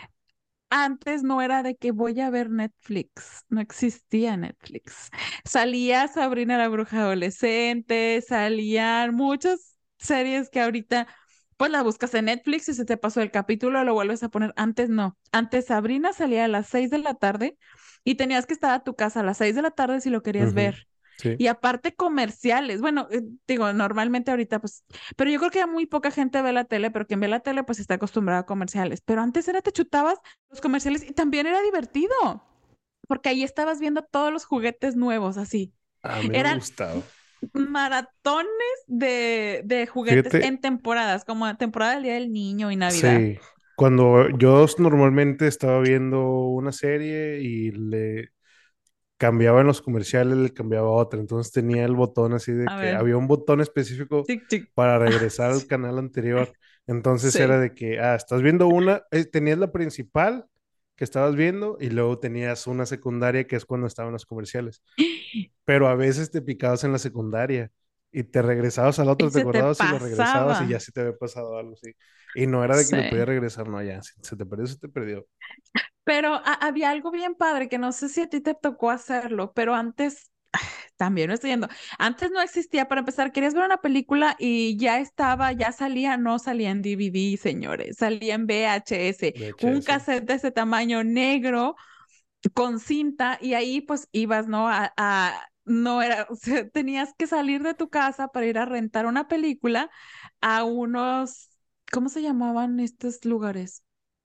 [SPEAKER 2] antes no era de que voy a ver Netflix, no existía Netflix. Salía Sabrina la bruja adolescente, salían muchas series que ahorita pues las buscas en Netflix y se te pasó el capítulo, lo vuelves a poner. Antes no, antes Sabrina salía a las seis de la tarde y tenías que estar a tu casa a las seis de la tarde si lo querías
[SPEAKER 1] Ujú,
[SPEAKER 2] ver.
[SPEAKER 1] sí.
[SPEAKER 2] Y aparte comerciales, bueno, eh, digo, normalmente ahorita pues, pero yo creo que ya muy poca gente ve la tele, pero quien ve la tele pues está acostumbrado a comerciales. Pero antes era te chutabas los comerciales y también era divertido, porque ahí estabas viendo todos los juguetes nuevos, así.
[SPEAKER 1] A mí no me
[SPEAKER 2] Eran
[SPEAKER 1] gustaba.
[SPEAKER 2] maratones de, de juguetes
[SPEAKER 1] Fíjate,
[SPEAKER 2] en temporadas, como la temporada del Día del Niño y Navidad.
[SPEAKER 1] sí, cuando yo normalmente estaba viendo una serie y le cambiaba en los comerciales, le cambiaba a otra. Entonces tenía el botón así de
[SPEAKER 2] A
[SPEAKER 1] que
[SPEAKER 2] ver,
[SPEAKER 1] había un botón específico
[SPEAKER 2] tic, tic.
[SPEAKER 1] para
[SPEAKER 2] Ah,
[SPEAKER 1] regresar al canal anterior. Entonces era
[SPEAKER 2] sí.
[SPEAKER 1] de que, ah, estás viendo una, eh, tenías la principal que estabas viendo y luego tenías una secundaria que es cuando estaban los comerciales. Pero a veces te picabas en la secundaria y te regresabas al
[SPEAKER 2] Y
[SPEAKER 1] otro, te
[SPEAKER 2] se te
[SPEAKER 1] acordabas y lo regresabas y ya
[SPEAKER 2] pasaba.
[SPEAKER 1] se te había pasado algo así. Y no era de que lo podías
[SPEAKER 2] Sí.
[SPEAKER 1] regresar, no, ya, si se te perdió, se te perdió.
[SPEAKER 2] Pero a- había algo bien padre que no sé si a ti te tocó hacerlo, pero antes también lo estoy yendo. Antes no existía, para empezar, querías ver una película y ya estaba, ya salía, no salía en D V D, señores, salía en V H S, un
[SPEAKER 1] V H S.
[SPEAKER 2] cassette de ese tamaño negro con cinta y ahí pues ibas, ¿no? A, a- no era, o sea, tenías que salir de tu casa para ir a rentar una película a unos, ¿cómo se llamaban estos lugares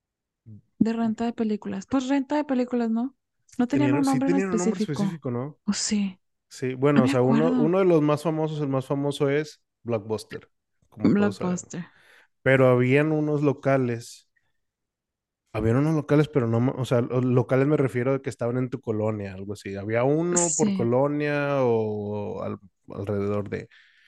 [SPEAKER 2] de renta de películas? Pues renta de películas, ¿no? No tenían un
[SPEAKER 1] Tenían, sí
[SPEAKER 2] nombre en
[SPEAKER 1] tenían un nombre
[SPEAKER 2] específico.
[SPEAKER 1] específico, ¿no?
[SPEAKER 2] ¿O sí?
[SPEAKER 1] Sí,
[SPEAKER 2] No
[SPEAKER 1] bueno, o
[SPEAKER 2] me
[SPEAKER 1] sea, uno,
[SPEAKER 2] acuerdo.
[SPEAKER 1] uno de los más famosos, el más famoso es Blockbuster, como todos sabemos.
[SPEAKER 2] Blockbuster.
[SPEAKER 1] Pero habían unos locales, habían unos locales, pero no, ma- o sea, lo- locales me refiero a que estaban en tu colonia, algo así. Había uno por
[SPEAKER 2] Sí.
[SPEAKER 1] colonia o al- alrededor de.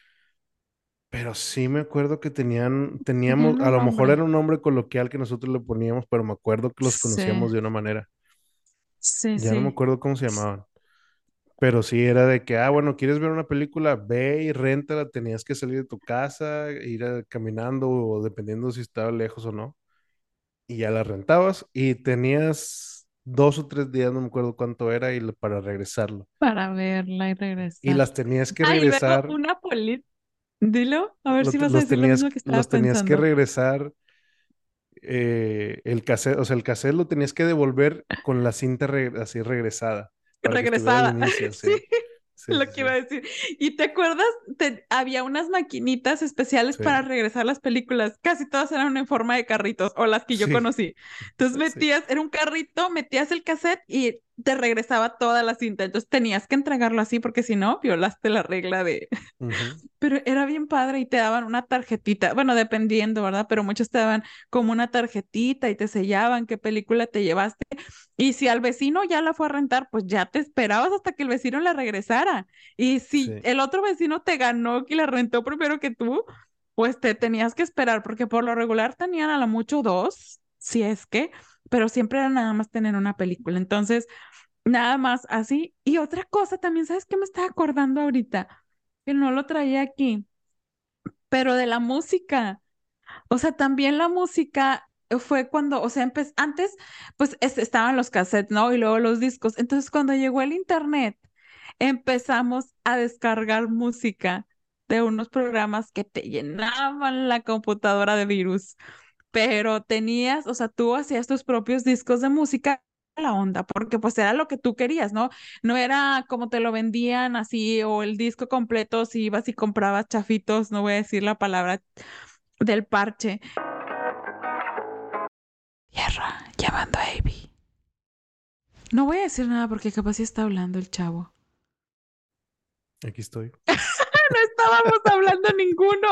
[SPEAKER 1] Pero sí me acuerdo que tenían, teníamos,
[SPEAKER 2] Tenían
[SPEAKER 1] a
[SPEAKER 2] un
[SPEAKER 1] lo mejor
[SPEAKER 2] nombre.
[SPEAKER 1] era un nombre coloquial que nosotros le poníamos, pero me acuerdo que los
[SPEAKER 2] Sí.
[SPEAKER 1] conocíamos de una manera.
[SPEAKER 2] Sí,
[SPEAKER 1] Ya no me
[SPEAKER 2] sí.
[SPEAKER 1] acuerdo cómo se llamaban. Pero sí era de que, ah, bueno, ¿quieres ver una película? Ve y réntala, tenías que salir de tu casa, ir a- caminando o dependiendo si estaba lejos o no. Y ya la rentabas y tenías dos o tres días, no me acuerdo cuánto era, y, la- para regresarlo.
[SPEAKER 2] Para verla y
[SPEAKER 1] Y
[SPEAKER 2] regresar.
[SPEAKER 1] las tenías que
[SPEAKER 2] Ah, y luego
[SPEAKER 1] regresar,
[SPEAKER 2] una política. Dilo, a ver
[SPEAKER 1] lo
[SPEAKER 2] si
[SPEAKER 1] te-
[SPEAKER 2] vas a
[SPEAKER 1] los
[SPEAKER 2] decir lo
[SPEAKER 1] tenías,
[SPEAKER 2] mismo que estaba
[SPEAKER 1] los tenías que
[SPEAKER 2] pensando.
[SPEAKER 1] regresar, eh, el cassette, o sea, el cassette lo tenías que devolver con la cinta re- así regresada, para que estuviera al
[SPEAKER 2] Regresada.
[SPEAKER 1] inicio,
[SPEAKER 2] Sí,
[SPEAKER 1] sí. Sí,
[SPEAKER 2] lo
[SPEAKER 1] sí,
[SPEAKER 2] que iba a
[SPEAKER 1] sí.
[SPEAKER 2] decir. ¿Y te acuerdas? Te- había unas maquinitas especiales
[SPEAKER 1] Sí,
[SPEAKER 2] para regresar las películas. Casi todas eran en forma de carritos, o las que yo
[SPEAKER 1] sí,
[SPEAKER 2] conocí. Entonces
[SPEAKER 1] sí.
[SPEAKER 2] metías, era un carrito, metías el cassette y te regresaba toda la cinta. Entonces tenías que entregarlo así porque si no, violaste la regla de...
[SPEAKER 1] Ujú.
[SPEAKER 2] Pero era bien padre y te daban una tarjetita, bueno, dependiendo, ¿verdad? Pero muchos te daban como una tarjetita y te sellaban qué película te llevaste. Y si al vecino ya la fue a rentar, pues ya te esperabas hasta que el vecino la regresara. Y si
[SPEAKER 1] Sí,
[SPEAKER 2] el otro vecino te ganó que la rentó primero que tú, pues te tenías que esperar, porque por lo regular tenían a lo mucho dos, si es que, pero siempre era nada más tener una película. Entonces, nada más así. Y otra cosa también, ¿sabes qué me estaba acordando ahorita? Que no lo traía aquí, pero de la música. O sea, también la música fue cuando, o sea, empe- antes, pues es- estaban los cassettes, ¿no? Y luego los discos. Entonces, cuando llegó el internet, empezamos a descargar música de unos programas que te llenaban la computadora de virus, pero tenías, o sea, tú hacías tus propios discos de música, la onda, porque pues era lo que tú querías, ¿no? No era como te lo vendían así, o el disco completo, si ibas y comprabas chafitos, no voy a decir la palabra del parche. Tierra, llamando a Abby. No voy a decir nada porque capaz sí está hablando el chavo.
[SPEAKER 1] aquí estoy.
[SPEAKER 2] No estábamos hablando ninguno.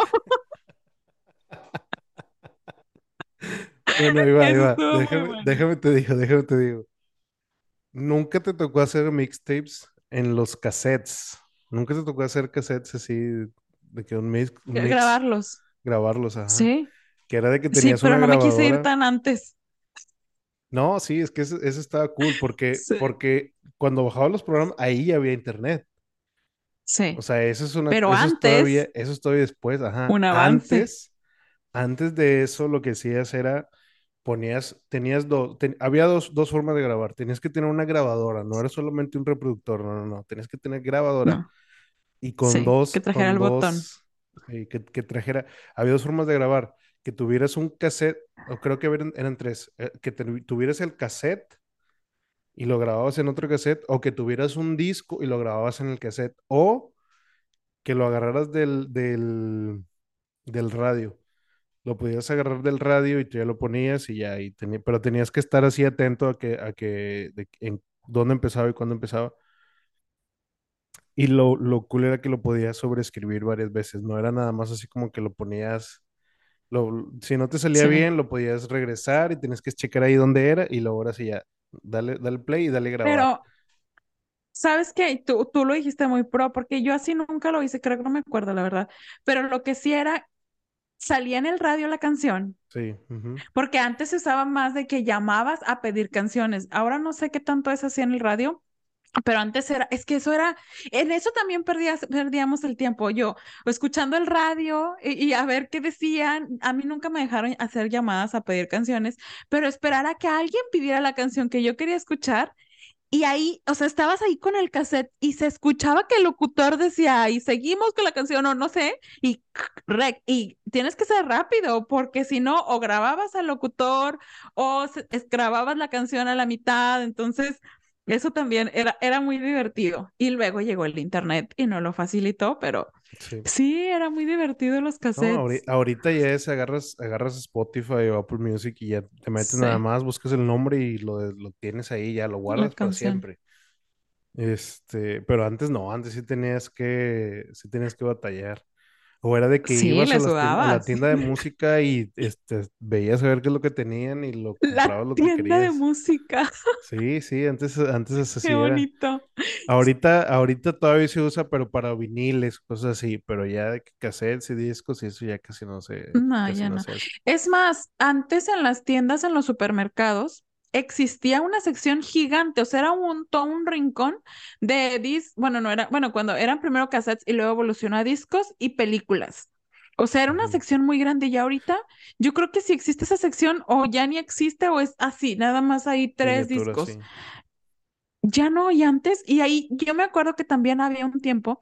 [SPEAKER 1] Bueno, ahí va, ahí
[SPEAKER 2] Eso
[SPEAKER 1] va.
[SPEAKER 2] estuvo muy
[SPEAKER 1] Déjame,
[SPEAKER 2] bueno.
[SPEAKER 1] déjame te digo, déjame te digo. ¿Nunca te tocó hacer mixtapes en los cassettes? ¿Nunca te tocó hacer cassettes así de que un mix, un mix,
[SPEAKER 2] Grabarlos.
[SPEAKER 1] grabarlos, ajá?
[SPEAKER 2] Sí,
[SPEAKER 1] Que era de que
[SPEAKER 2] sí,
[SPEAKER 1] tenías
[SPEAKER 2] pero
[SPEAKER 1] una
[SPEAKER 2] no me quise ir
[SPEAKER 1] grabadora.
[SPEAKER 2] tan antes.
[SPEAKER 1] No, sí, es que eso, eso estaba cool porque,
[SPEAKER 2] Sí,
[SPEAKER 1] porque cuando bajaba los programas, ahí ya había internet. O
[SPEAKER 2] sí.
[SPEAKER 1] sea, eso es una,
[SPEAKER 2] Pero
[SPEAKER 1] eso es todavía,
[SPEAKER 2] antes,
[SPEAKER 1] eso es todavía después, ajá.
[SPEAKER 2] un avance.
[SPEAKER 1] Antes, antes de eso, lo que hacías era ponías, tenías dos, ten- había dos, dos formas de grabar. Tenías que tener una grabadora, no era solamente un reproductor, no, no, no. Tenías que tener grabadora
[SPEAKER 2] No,
[SPEAKER 1] y con
[SPEAKER 2] sí, que
[SPEAKER 1] dos,
[SPEAKER 2] trajera
[SPEAKER 1] con
[SPEAKER 2] el botón.
[SPEAKER 1] dos, eh, que, que trajera, había dos formas de grabar. Que tuvieras un cassette, o creo que eran, eran tres, eh, que te- tuvieras el cassette y lo grababas en otro cassette, o que tuvieras un disco y lo grababas en el cassette, o que lo agarraras del, del, del radio. Lo podías agarrar del radio y tú ya lo ponías y ya, y tenía, pero tenías que estar así atento a que, a que, de- en dónde empezaba y cuándo empezaba. Y lo, lo cool era que lo podías sobreescribir varias veces, no era nada más así como que lo ponías, lo, si no te salía
[SPEAKER 2] Sí.
[SPEAKER 1] bien, lo podías regresar y tenías que checar ahí dónde era y luego ahora sí ya, dale, dale play y dale grabar.
[SPEAKER 2] Pero, ¿sabes qué? Tú, tú lo dijiste muy pro, porque yo así nunca lo hice, creo que no me acuerdo, la verdad. Pero lo que sí era, salía en el radio la canción.
[SPEAKER 1] Sí, ujú.
[SPEAKER 2] Porque antes se usaba más de que llamabas a pedir canciones. Ahora no sé qué tanto es así en el radio, pero antes era, es que eso era, en eso también perdías, perdíamos el tiempo. Yo escuchando el radio y, y a ver qué decían. A mí nunca me dejaron hacer llamadas a pedir canciones, pero esperar a que alguien pidiera la canción que yo quería escuchar. Y ahí, o sea, estabas ahí con el cassette y se escuchaba que el locutor decía, y seguimos con la canción o no sé, y rec, y tienes que ser rápido, porque si no, o grababas al locutor o se- es- grababas la canción a la mitad, entonces eso también era, era muy divertido. Y luego llegó el internet y no lo facilitó, pero
[SPEAKER 1] Sí.
[SPEAKER 2] sí, era muy divertido los
[SPEAKER 1] No, ahori-
[SPEAKER 2] cassettes.
[SPEAKER 1] ahorita ya es, agarras, agarras Spotify o Apple Music y ya te metes nada
[SPEAKER 2] Sí,
[SPEAKER 1] más, buscas el nombre y lo, lo tienes ahí, ya lo
[SPEAKER 2] la
[SPEAKER 1] guardas para
[SPEAKER 2] canción.
[SPEAKER 1] siempre. Este, pero antes no, antes sí tenías que, sí tenías que batallar. O era de que
[SPEAKER 2] Sí,
[SPEAKER 1] ibas a
[SPEAKER 2] le
[SPEAKER 1] las tien- a la
[SPEAKER 2] sudabas.
[SPEAKER 1] tienda de música y este, veías a ver qué es lo que tenían y lo
[SPEAKER 2] La
[SPEAKER 1] comprabas lo que
[SPEAKER 2] tienda de
[SPEAKER 1] querías.
[SPEAKER 2] música.
[SPEAKER 1] Sí, sí, antes, antes
[SPEAKER 2] Qué
[SPEAKER 1] así era.
[SPEAKER 2] bonito.
[SPEAKER 1] Ahorita, ahorita todavía se usa, pero para viniles, cosas así, pero ya de que cassettes y discos y eso ya casi no se,
[SPEAKER 2] No,
[SPEAKER 1] casi
[SPEAKER 2] ya
[SPEAKER 1] no
[SPEAKER 2] no.
[SPEAKER 1] se hace.
[SPEAKER 2] Es más, antes en las tiendas, en los supermercados, existía una sección gigante, o sea, era un, todo un rincón de dis, bueno, no era, bueno, cuando eran primero cassettes y luego evolucionó a discos y películas. O sea, era una
[SPEAKER 1] Ujú.
[SPEAKER 2] sección muy grande y ahorita yo creo que si existe esa sección o ya ni existe o es así, nada más hay tres
[SPEAKER 1] Miniatura,
[SPEAKER 2] discos.
[SPEAKER 1] sí.
[SPEAKER 2] Ya no, y antes, y ahí yo me acuerdo que también había un tiempo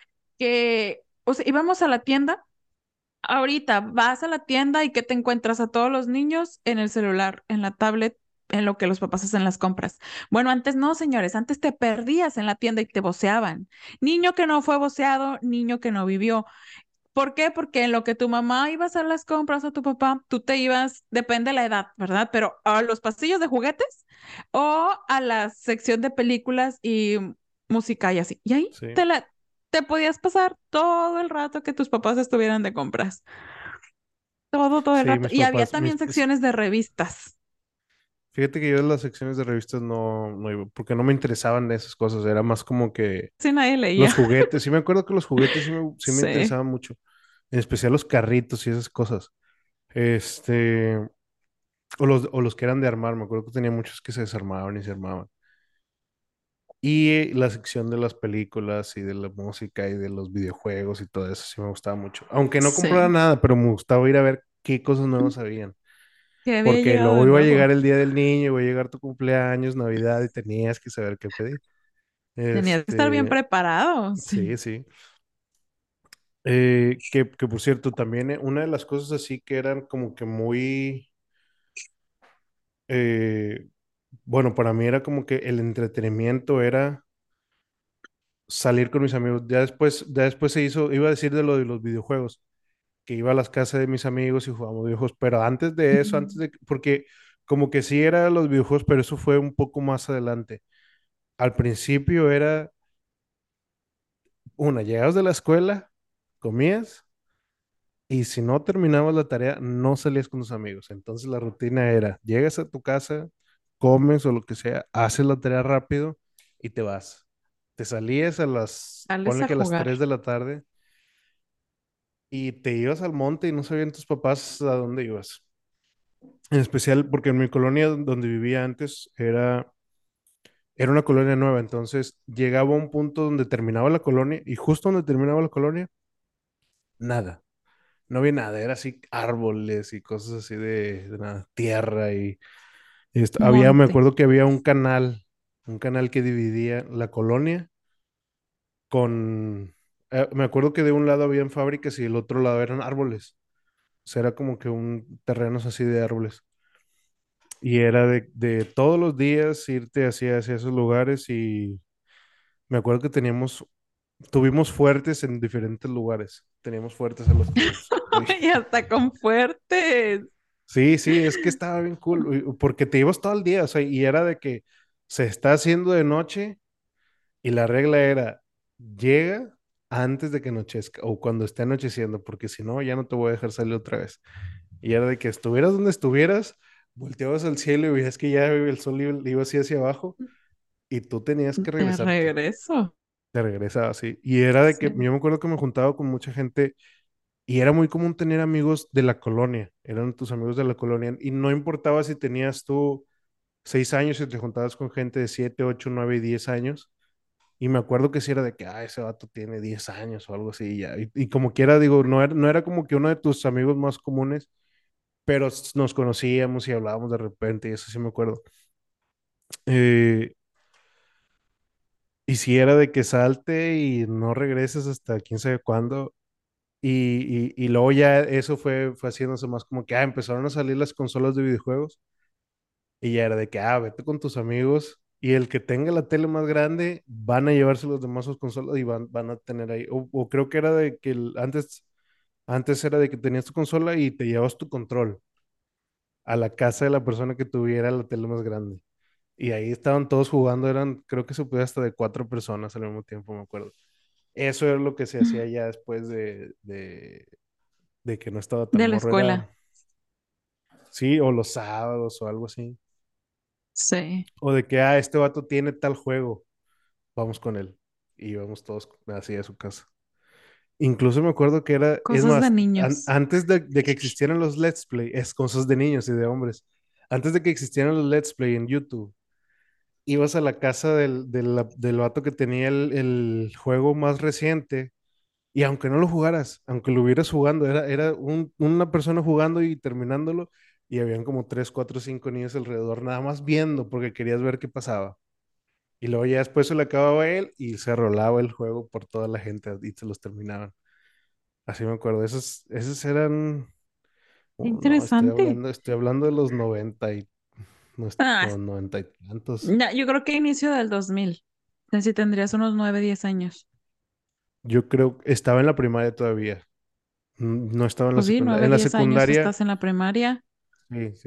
[SPEAKER 2] que, o sea, íbamos a la tienda. Ahorita vas a la tienda y ¿qué te encuentras a todos los niños en el celular, en la tablet, en lo que los papás hacen las compras? Bueno, antes no, señores, antes te perdías en la tienda y te voceaban. Niño que no fue voceado, niño que no vivió. ¿Por qué? Porque en lo que tu mamá iba a hacer las compras a tu papá, tú te ibas, depende de la edad, ¿verdad? Pero a los pasillos de juguetes o a la sección de películas y música y así. Y ahí
[SPEAKER 1] Sí,
[SPEAKER 2] te la, te podías pasar todo el rato que tus papás estuvieran de compras. Todo, todo el
[SPEAKER 1] sí,
[SPEAKER 2] rato.
[SPEAKER 1] mis
[SPEAKER 2] Y había
[SPEAKER 1] papás, mis,
[SPEAKER 2] también secciones de revistas.
[SPEAKER 1] fíjate que yo en las secciones de revistas no, no iba, porque no me interesaban de esas cosas, era más como que
[SPEAKER 2] Sí, nadie
[SPEAKER 1] los
[SPEAKER 2] leía.
[SPEAKER 1] juguetes, sí me acuerdo que los juguetes sí me, sí me
[SPEAKER 2] Sí,
[SPEAKER 1] interesaban mucho, en especial los carritos y esas cosas. Este, o los, o los que eran de armar, me acuerdo que tenía muchos que se desarmaban y se armaban. Y eh, la sección de las películas y de la música y de los videojuegos y todo eso sí me gustaba mucho. Aunque no comprara
[SPEAKER 2] sí.
[SPEAKER 1] nada, pero me gustaba ir a ver qué cosas nuevas habían.
[SPEAKER 2] Que había
[SPEAKER 1] Porque
[SPEAKER 2] llegado
[SPEAKER 1] luego
[SPEAKER 2] de
[SPEAKER 1] iba a
[SPEAKER 2] nuevo.
[SPEAKER 1] llegar el día del niño, iba a llegar tu cumpleaños, Navidad y tenías que saber qué pedir.
[SPEAKER 2] Tenías que estar bien
[SPEAKER 1] Este,
[SPEAKER 2] preparado. Sí.
[SPEAKER 1] sí, sí. Eh, que, que por cierto, también eh, una de las cosas así que eran como que muy, eh, bueno, para mí era como que el entretenimiento era salir con mis amigos. Ya después, ya después se hizo, iba a decir de lo de los videojuegos, que iba a las casas de mis amigos y jugábamos videojuegos, pero antes de eso, antes
[SPEAKER 2] Mm.
[SPEAKER 1] de, porque como que sí era los videojuegos, pero eso fue un poco más adelante. Al principio era, una, llegabas de la escuela, comías, y si no terminabas la tarea, no salías con tus amigos. Entonces la rutina era, llegas a tu casa, comes o lo que sea, haces la tarea rápido y te vas. Te salías a las,
[SPEAKER 2] Sales
[SPEAKER 1] ponle
[SPEAKER 2] a
[SPEAKER 1] que a las
[SPEAKER 2] jugar.
[SPEAKER 1] tres de la tarde y te ibas al monte y no sabían tus papás a dónde ibas. En especial porque en mi colonia donde vivía antes era, era una colonia nueva, entonces llegaba a un punto donde terminaba la colonia y justo donde terminaba la colonia, nada. No había nada, era así árboles y cosas así de, de nada, tierra y, y esto- había, me
[SPEAKER 2] Monte.
[SPEAKER 1] acuerdo que había un canal, un canal que dividía la colonia con, eh, me acuerdo que de un lado habían fábricas y del otro lado eran árboles. O sea, era como que un terrenos así de árboles. Y era de, de todos los días irte hacia, hacia esos lugares y me acuerdo que teníamos, tuvimos fuertes en diferentes lugares. Teníamos fuertes a los que nos...
[SPEAKER 2] Y hasta con fuertes.
[SPEAKER 1] Sí, sí, es que estaba bien cool, y- porque te ibas todo el día, o sea, y era de que se está haciendo de noche y la regla era, llega antes de que anochezca o cuando esté anocheciendo, porque si no, ya no te voy a dejar salir otra vez. Y era de que estuvieras donde estuvieras, volteabas al cielo y veías que ya el sol iba, iba así hacia abajo y tú tenías que
[SPEAKER 2] De
[SPEAKER 1] regresarte.
[SPEAKER 2] regreso.
[SPEAKER 1] Te regresaba así. Y era de que yo
[SPEAKER 2] Sí.
[SPEAKER 1] me acuerdo que me juntaba con mucha gente y era muy común tener amigos de la colonia, eran tus amigos de la colonia y no importaba si tenías tú seis años y te juntabas con gente de siete, ocho, nueve y diez años. Y me acuerdo que si era de que, ah, ese vato tiene diez años o algo así, y ya. Y, y como quiera, digo, no era, no era como que uno de tus amigos más comunes, pero s- nos conocíamos y hablábamos de repente, y eso sí me acuerdo. Eh, y si era de que salte y no regreses hasta quién sabe cuándo. Y, y, y luego ya eso fue, fue haciéndose más como que, ah, empezaron a salir las consolas de videojuegos. Y ya era de que, ah, vete con tus amigos. Y el que tenga la tele más grande, van a llevarse los demás sus consolas y van, van a tener ahí. O, o creo que era de que el- antes, antes era de que tenías tu consola y te llevabas tu control a la casa de la persona que tuviera la tele más grande. Y ahí estaban todos jugando, eran, creo que se podía hasta de cuatro personas al mismo tiempo, me acuerdo. Eso era lo que se hacía ya después de, de, de que no estaba tan
[SPEAKER 2] De la
[SPEAKER 1] morro,
[SPEAKER 2] escuela.
[SPEAKER 1] era, sí, o los sábados o algo así.
[SPEAKER 2] Sí.
[SPEAKER 1] O de que, ah, este vato tiene tal juego, vamos con él. Y íbamos todos así a su casa. Incluso me acuerdo que era, es
[SPEAKER 2] Cosas de
[SPEAKER 1] más, an-
[SPEAKER 2] niños.
[SPEAKER 1] antes de, de que existieran los Let's Play, es cosas de niños y de hombres, antes de que existieran los Let's Play en YouTube, ibas a la casa del, del, del vato que tenía el, el juego más reciente y aunque no lo jugaras, aunque lo hubieras jugando, era, era un- una persona jugando y terminándolo y habían como tres, cuatro, cinco niños alrededor, nada más viendo porque querías ver qué pasaba. Y luego ya después se le acababa a él y se rolaba el juego por toda la gente y se los terminaban. Así me acuerdo. Esos, esos eran. Oh, no, estoy
[SPEAKER 2] Interesante.
[SPEAKER 1] hablando, estoy hablando de los noventa y. No, es-
[SPEAKER 2] Ah,
[SPEAKER 1] no, noventa y tantos.
[SPEAKER 2] ya, yo creo que inicio del dos mil. Si tendrías unos nueve, diez años.
[SPEAKER 1] Yo creo que estaba en la primaria todavía. Mm, No estaba en la
[SPEAKER 2] Pues sí,
[SPEAKER 1] secundaria.
[SPEAKER 2] nueve,
[SPEAKER 1] En la
[SPEAKER 2] diez años
[SPEAKER 1] secundaria,
[SPEAKER 2] estás en la primaria,
[SPEAKER 1] sí, sí.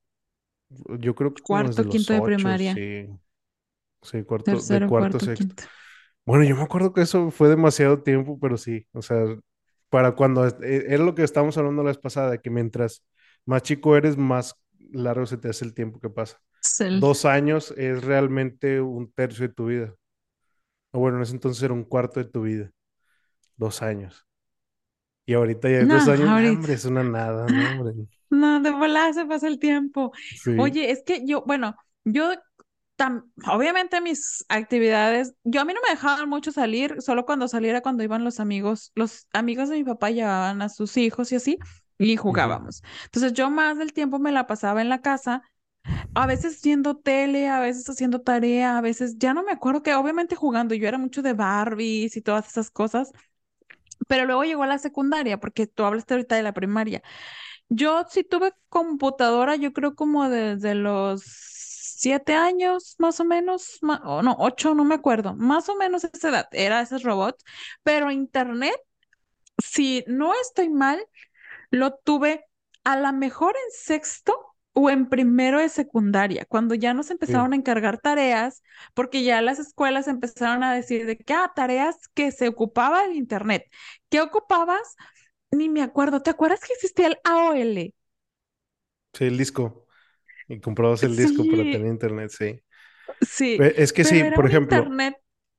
[SPEAKER 1] Yo creo que como desde
[SPEAKER 2] cuarto,
[SPEAKER 1] los
[SPEAKER 2] quinto de
[SPEAKER 1] ocho,
[SPEAKER 2] primaria,
[SPEAKER 1] sí. Sí, cuarto, de
[SPEAKER 2] tercero,
[SPEAKER 1] cuarto a
[SPEAKER 2] cuarto,
[SPEAKER 1] sexto.
[SPEAKER 2] quinto.
[SPEAKER 1] Bueno, yo me acuerdo que eso fue demasiado tiempo, pero sí, o sea, para cuando, e- era lo que estábamos hablando la vez pasada, que mientras más chico eres, más largo se te hace el tiempo que pasa.
[SPEAKER 2] Es el-
[SPEAKER 1] Dos años es realmente un tercio de tu vida. O bueno, en ese entonces era un cuarto de tu vida, dos años. Y ahorita ya es
[SPEAKER 2] No,
[SPEAKER 1] dos años, no,
[SPEAKER 2] ahorita.
[SPEAKER 1] hombre, es una nada, no, hombre.
[SPEAKER 2] No, de volada se pasa el tiempo.
[SPEAKER 1] Sí.
[SPEAKER 2] Oye, es que yo, bueno, yo tam- obviamente mis actividades, yo a mí no me dejaban mucho salir, solo cuando saliera cuando iban los amigos, los amigos de mi papá llevaban a sus hijos y así, y
[SPEAKER 1] Ujú,
[SPEAKER 2] jugábamos. Entonces yo más del tiempo me la pasaba en la casa, a veces viendo tele, a veces haciendo tarea, a veces, ya no me acuerdo que obviamente jugando, yo era mucho de Barbies y todas esas cosas, pero luego llegó la secundaria, porque tú hablaste ahorita de la primaria. Yo sí tuve computadora, yo creo como desde los siete años, más o menos, ma- o no, ocho, no me acuerdo, más o menos esa edad, era esos robots, pero internet, si no estoy mal, lo tuve a la mejor en sexto o en primero de secundaria, cuando ya nos
[SPEAKER 1] sí.
[SPEAKER 2] empezaron a encargar tareas, porque ya las escuelas empezaron a decir de que, ah, tareas que se ocupaba el internet. ¿Qué ocupabas? Ni me acuerdo. ¿Te acuerdas que existía el A O L?
[SPEAKER 1] Sí, el disco. Y comprabas el disco para
[SPEAKER 2] Sí,
[SPEAKER 1] tener internet, sí.
[SPEAKER 2] sí,
[SPEAKER 1] Pe- Es que
[SPEAKER 2] pero
[SPEAKER 1] sí,
[SPEAKER 2] era
[SPEAKER 1] por
[SPEAKER 2] un
[SPEAKER 1] ejemplo,
[SPEAKER 2] internet,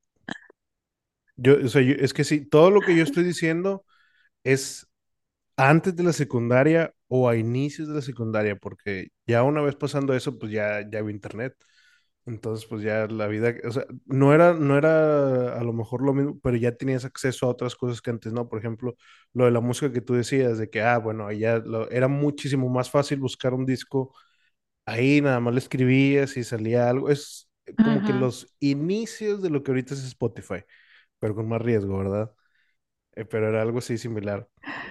[SPEAKER 1] yo, o sea, yo- es que sí, todo lo que yo estoy diciendo es antes de la secundaria o a inicios de la secundaria, porque ya una vez pasando eso, pues ya, ya había internet. Entonces, pues ya la vida, o sea, no era, no era a lo mejor lo mismo, pero ya tenías acceso a otras cosas que antes no. Por ejemplo, lo de la música que tú decías, de que, ah, bueno, allá lo- era muchísimo más fácil buscar un disco ahí, nada más le escribías y salía algo. Es como que
[SPEAKER 2] ajá,
[SPEAKER 1] los inicios de lo que ahorita es Spotify, pero con más riesgo, ¿verdad? Eh, pero era algo así similar.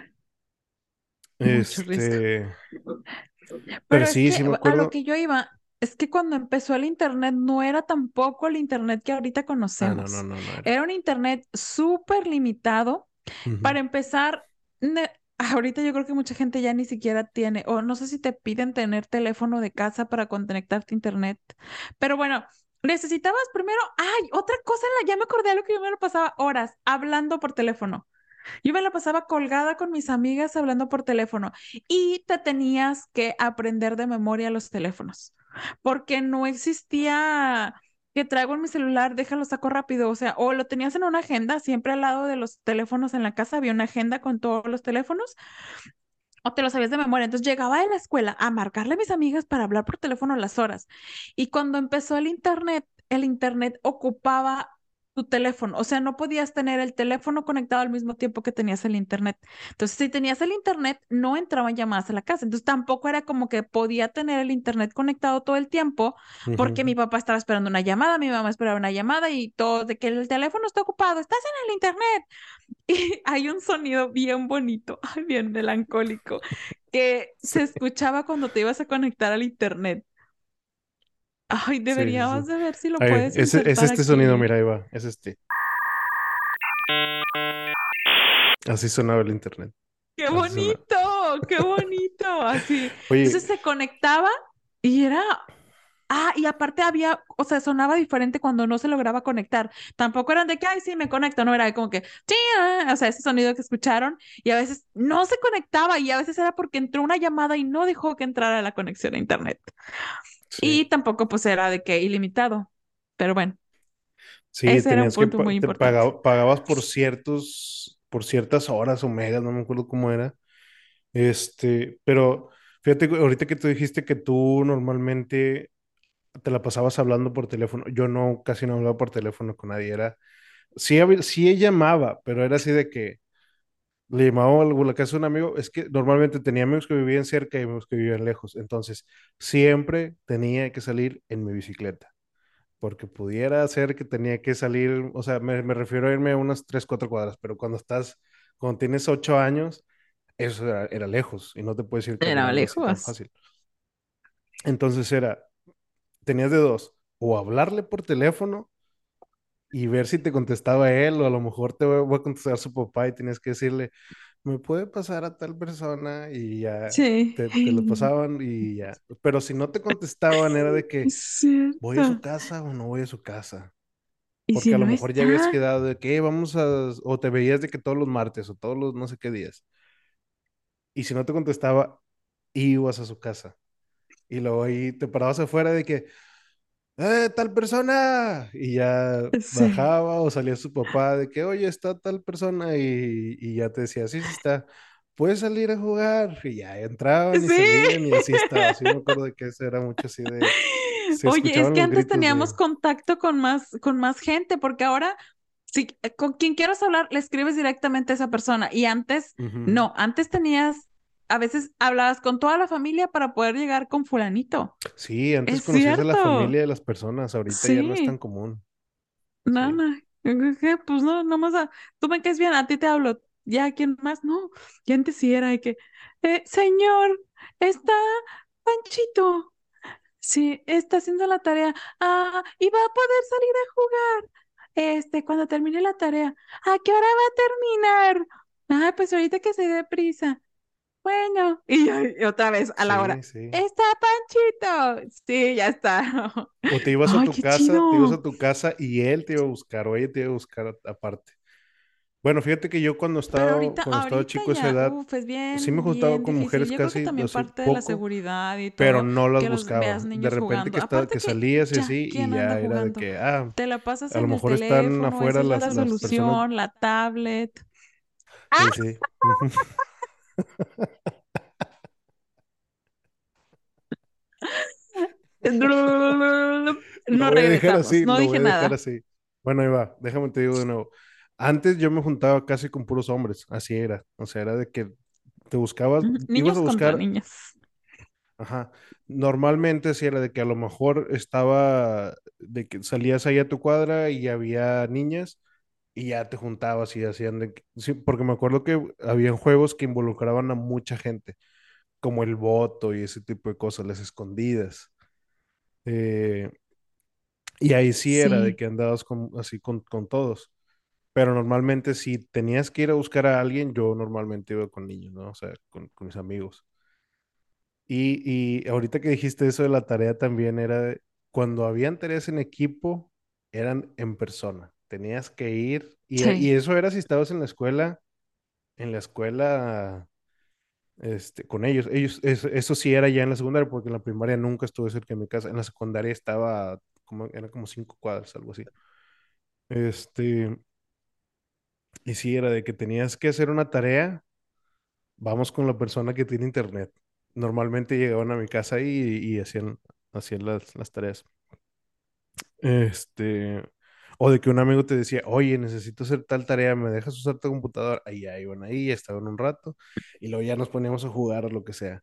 [SPEAKER 2] mucho riesgo.
[SPEAKER 1] Este, pero
[SPEAKER 2] Pero es
[SPEAKER 1] sí,
[SPEAKER 2] que
[SPEAKER 1] sí me
[SPEAKER 2] a lo
[SPEAKER 1] acuerdo.
[SPEAKER 2] que yo iba, es que cuando empezó el internet no era tampoco el internet que ahorita
[SPEAKER 1] Ah, no, no,
[SPEAKER 2] conocemos.
[SPEAKER 1] no, no era.
[SPEAKER 2] Era un internet súper limitado.
[SPEAKER 1] Ujú,
[SPEAKER 2] Para empezar, ne- ahorita yo creo que mucha gente ya ni siquiera tiene, o no sé si te piden tener teléfono de casa para conectarte a internet. Pero bueno, necesitabas primero, ay, otra cosa, en la, ya me acordé de lo que yo me lo pasaba horas hablando por teléfono. Yo me la pasaba colgada con mis amigas hablando por teléfono y te tenías que aprender de memoria los teléfonos, porque no existía que traigo en mi celular, déjalo saco rápido, o sea, o lo tenías en una agenda, siempre al lado de los teléfonos en la casa había una agenda con todos los teléfonos, o te lo sabías de memoria. Entonces llegaba de la escuela a marcarle a mis amigas para hablar por teléfono las horas. Y cuando empezó el internet, el internet ocupaba tu teléfono. O sea, no podías tener el teléfono conectado al mismo tiempo que tenías el internet. Entonces, si tenías el internet, no entraban llamadas a la casa. Entonces, tampoco era como que podía tener el internet conectado todo el tiempo porque
[SPEAKER 1] ujú.
[SPEAKER 2] mi papá estaba esperando una llamada, mi mamá esperaba una llamada y todo de que el teléfono está ocupado, estás en el internet. Y hay un sonido bien bonito, ay, bien melancólico, que
[SPEAKER 1] Sí,
[SPEAKER 2] se escuchaba cuando te ibas a conectar al internet. Ay,
[SPEAKER 1] sí, sí,
[SPEAKER 2] deberíamos
[SPEAKER 1] sí.
[SPEAKER 2] de ver si lo
[SPEAKER 1] Ahí,
[SPEAKER 2] puedes
[SPEAKER 1] ese, es
[SPEAKER 2] insertar
[SPEAKER 1] este sonido,
[SPEAKER 2] aquí.
[SPEAKER 1] mira, ahí va, es este. Así sonaba el internet.
[SPEAKER 2] ¡Qué
[SPEAKER 1] Así sonaba.
[SPEAKER 2] bonito! ¡Qué bonito! Así.
[SPEAKER 1] Oye,
[SPEAKER 2] Entonces se conectaba y era... Ah, y aparte había, o sea, sonaba diferente cuando no se lograba conectar. Tampoco eran de que, ay, sí, me conecto, no era como que, sí, ah", o sea, ese sonido que escucharon y a veces no se conectaba y a veces era porque entró una llamada y no dejó que entrara la conexión a internet.
[SPEAKER 1] sí.
[SPEAKER 2] Y tampoco pues era de que ilimitado. Pero bueno,
[SPEAKER 1] Sí,
[SPEAKER 2] ese era un
[SPEAKER 1] tenías que,
[SPEAKER 2] punto
[SPEAKER 1] pa-
[SPEAKER 2] muy
[SPEAKER 1] te
[SPEAKER 2] importante.
[SPEAKER 1] pagaba- pagabas por ciertos, por ciertas horas o megas, no me acuerdo cómo era. Este, pero fíjate, que ahorita que tú dijiste que tú normalmente te la pasabas hablando por teléfono, yo no, casi no hablaba por teléfono con nadie, era, sí, hab- sí llamaba, pero era así de que le llamaba a la casa de un amigo, es que normalmente tenía amigos que vivían cerca y amigos que vivían lejos, entonces siempre tenía que salir en mi bicicleta, porque pudiera ser que tenía que salir, o sea, me, me refiero a irme a unas tres, cuatro cuadras, pero cuando estás, cuando tienes ocho años, eso era, era lejos y no te puedes ir
[SPEAKER 2] Era
[SPEAKER 1] caminando así tan
[SPEAKER 2] lejos.
[SPEAKER 1] fácil. Entonces era, tenías de dos, o hablarle por teléfono y ver si te contestaba él, o a lo mejor te voy voy a contestar su papá y tenías que decirle, ¿me puede pasar a tal persona? Y ya
[SPEAKER 2] Sí.
[SPEAKER 1] te, te lo pasaban y ya. Pero si no te contestaban, era de que
[SPEAKER 2] Es
[SPEAKER 1] voy a su
[SPEAKER 2] cierto.
[SPEAKER 1] casa o no voy a su casa.
[SPEAKER 2] Y
[SPEAKER 1] Porque
[SPEAKER 2] si
[SPEAKER 1] a lo
[SPEAKER 2] no
[SPEAKER 1] mejor ya habías
[SPEAKER 2] está,
[SPEAKER 1] quedado de que "Eh, vamos a, o te veías de que todos los martes o todos los no sé qué días. Y si no te contestaba, ibas a su casa. Y luego ahí te parabas afuera de que, ¡eh, tal persona! Y ya
[SPEAKER 2] sí.
[SPEAKER 1] bajaba o salía su papá de que, oye, está tal persona. Y, y ya te decía, sí, sí está. Puedes salir a jugar. Y ya entraban y
[SPEAKER 2] Sí.
[SPEAKER 1] salían y así estaba. Sí, me acuerdo de que eso era mucho así de, se
[SPEAKER 2] Oye, es
[SPEAKER 1] escuchaban
[SPEAKER 2] que
[SPEAKER 1] los
[SPEAKER 2] antes
[SPEAKER 1] gritos
[SPEAKER 2] teníamos
[SPEAKER 1] de,
[SPEAKER 2] contacto con más, con más gente, porque ahora, si eh, con quien quieras hablar, le escribes directamente a esa persona. Y antes,
[SPEAKER 1] ujú.
[SPEAKER 2] no, antes tenías, a veces hablabas con toda la familia para poder llegar con fulanito.
[SPEAKER 1] Sí, antes
[SPEAKER 2] Es
[SPEAKER 1] conocías a la
[SPEAKER 2] cierto.
[SPEAKER 1] familia de las personas, ahorita ya no es tan
[SPEAKER 2] Sí.
[SPEAKER 1] común.
[SPEAKER 2] No,
[SPEAKER 1] Sí.
[SPEAKER 2] no. ¿Qué? Pues no, nomás a, tú me caes bien, a ti te hablo. Ya, ¿quién más? No. Y antes sí era de que, eh, señor, está Panchito. Sí, está haciendo la tarea. Ah, y va a poder salir a jugar. Este, cuando termine la tarea. ¿A qué hora va a terminar? Ah, pues ahorita que se dé prisa. Bueno, y, ya- y otra vez a la
[SPEAKER 1] Sí,
[SPEAKER 2] hora.
[SPEAKER 1] sí.
[SPEAKER 2] ¿Está Panchito? Sí, ya está.
[SPEAKER 1] O te ibas a
[SPEAKER 2] Ay,
[SPEAKER 1] tu
[SPEAKER 2] qué
[SPEAKER 1] casa, te ibas
[SPEAKER 2] chido.
[SPEAKER 1] a tu casa y él te iba a buscar o ella te iba a buscar a- aparte. Bueno, fíjate que yo cuando
[SPEAKER 2] Pero
[SPEAKER 1] estaba,
[SPEAKER 2] ahorita,
[SPEAKER 1] cuando estaba
[SPEAKER 2] ahorita
[SPEAKER 1] chico a esa
[SPEAKER 2] ya,
[SPEAKER 1] edad,
[SPEAKER 2] uff, es
[SPEAKER 1] sí me
[SPEAKER 2] bien,
[SPEAKER 1] juntaba
[SPEAKER 2] bien
[SPEAKER 1] con
[SPEAKER 2] difícil.
[SPEAKER 1] mujeres
[SPEAKER 2] Yo creo que
[SPEAKER 1] casi
[SPEAKER 2] también
[SPEAKER 1] así
[SPEAKER 2] parte de la
[SPEAKER 1] poco,
[SPEAKER 2] seguridad y
[SPEAKER 1] pero
[SPEAKER 2] todo,
[SPEAKER 1] no las
[SPEAKER 2] que los veas
[SPEAKER 1] buscaba. De
[SPEAKER 2] niños
[SPEAKER 1] repente que
[SPEAKER 2] jugando.
[SPEAKER 1] estaba,
[SPEAKER 2] Aparte
[SPEAKER 1] que
[SPEAKER 2] que
[SPEAKER 1] salías y
[SPEAKER 2] ya,
[SPEAKER 1] así y
[SPEAKER 2] ¿quién anda
[SPEAKER 1] ya era de
[SPEAKER 2] jugando?
[SPEAKER 1] que, ah,
[SPEAKER 2] Te la pasas
[SPEAKER 1] a lo
[SPEAKER 2] en el
[SPEAKER 1] mejor están
[SPEAKER 2] teléfono, esa
[SPEAKER 1] afuera
[SPEAKER 2] es la
[SPEAKER 1] las, las personas.
[SPEAKER 2] resolución, la tablet. ¡Ah!
[SPEAKER 1] Sí, sí. Lo
[SPEAKER 2] No
[SPEAKER 1] voy a dejar
[SPEAKER 2] regresamos,
[SPEAKER 1] así,
[SPEAKER 2] no
[SPEAKER 1] lo voy
[SPEAKER 2] dije
[SPEAKER 1] a dejar
[SPEAKER 2] nada.
[SPEAKER 1] así. Bueno, ahí va, déjame te digo de nuevo. Antes yo me juntaba casi con puros hombres, así era. O sea, era de que te buscabas,
[SPEAKER 2] Ujú,
[SPEAKER 1] ibas a
[SPEAKER 2] niños contra
[SPEAKER 1] buscar,
[SPEAKER 2] niñas.
[SPEAKER 1] ajá. Normalmente sí era de que a lo mejor estaba, de que salías ahí a tu cuadra y había niñas y ya te juntabas y hacían de, que- sí, porque me acuerdo que habían juegos que involucraban a mucha gente, como el voto y ese tipo de cosas, las escondidas. Eh, Y ahí sí era de
[SPEAKER 2] Sí,
[SPEAKER 1] que andabas con, así con, con todos. Pero normalmente si tenías que ir a buscar a alguien, yo normalmente iba con niños, ¿no? O sea, con, con mis amigos. Y, y ahorita que dijiste eso de la tarea también era de- cuando habían tareas en equipo, eran en persona. Tenías que ir y, y
[SPEAKER 2] sí.
[SPEAKER 1] eso era si estabas en la escuela, en la escuela, este, con ellos. Ellos, eso, eso sí era ya en la secundaria, porque en la primaria nunca estuve cerca de mi casa. En la secundaria estaba como, era como cinco cuadras, algo así. Este, y sí, era de que tenías que hacer una tarea, vamos con la persona que tiene internet. Normalmente llegaban a mi casa y, y hacían, hacían las, las tareas. Este, o de que un amigo te decía, oye, necesito hacer tal tarea, ¿me dejas usar tu computadora? Ahí ya iban ahí, estaban un rato, y luego ya nos poníamos a jugar o lo que sea.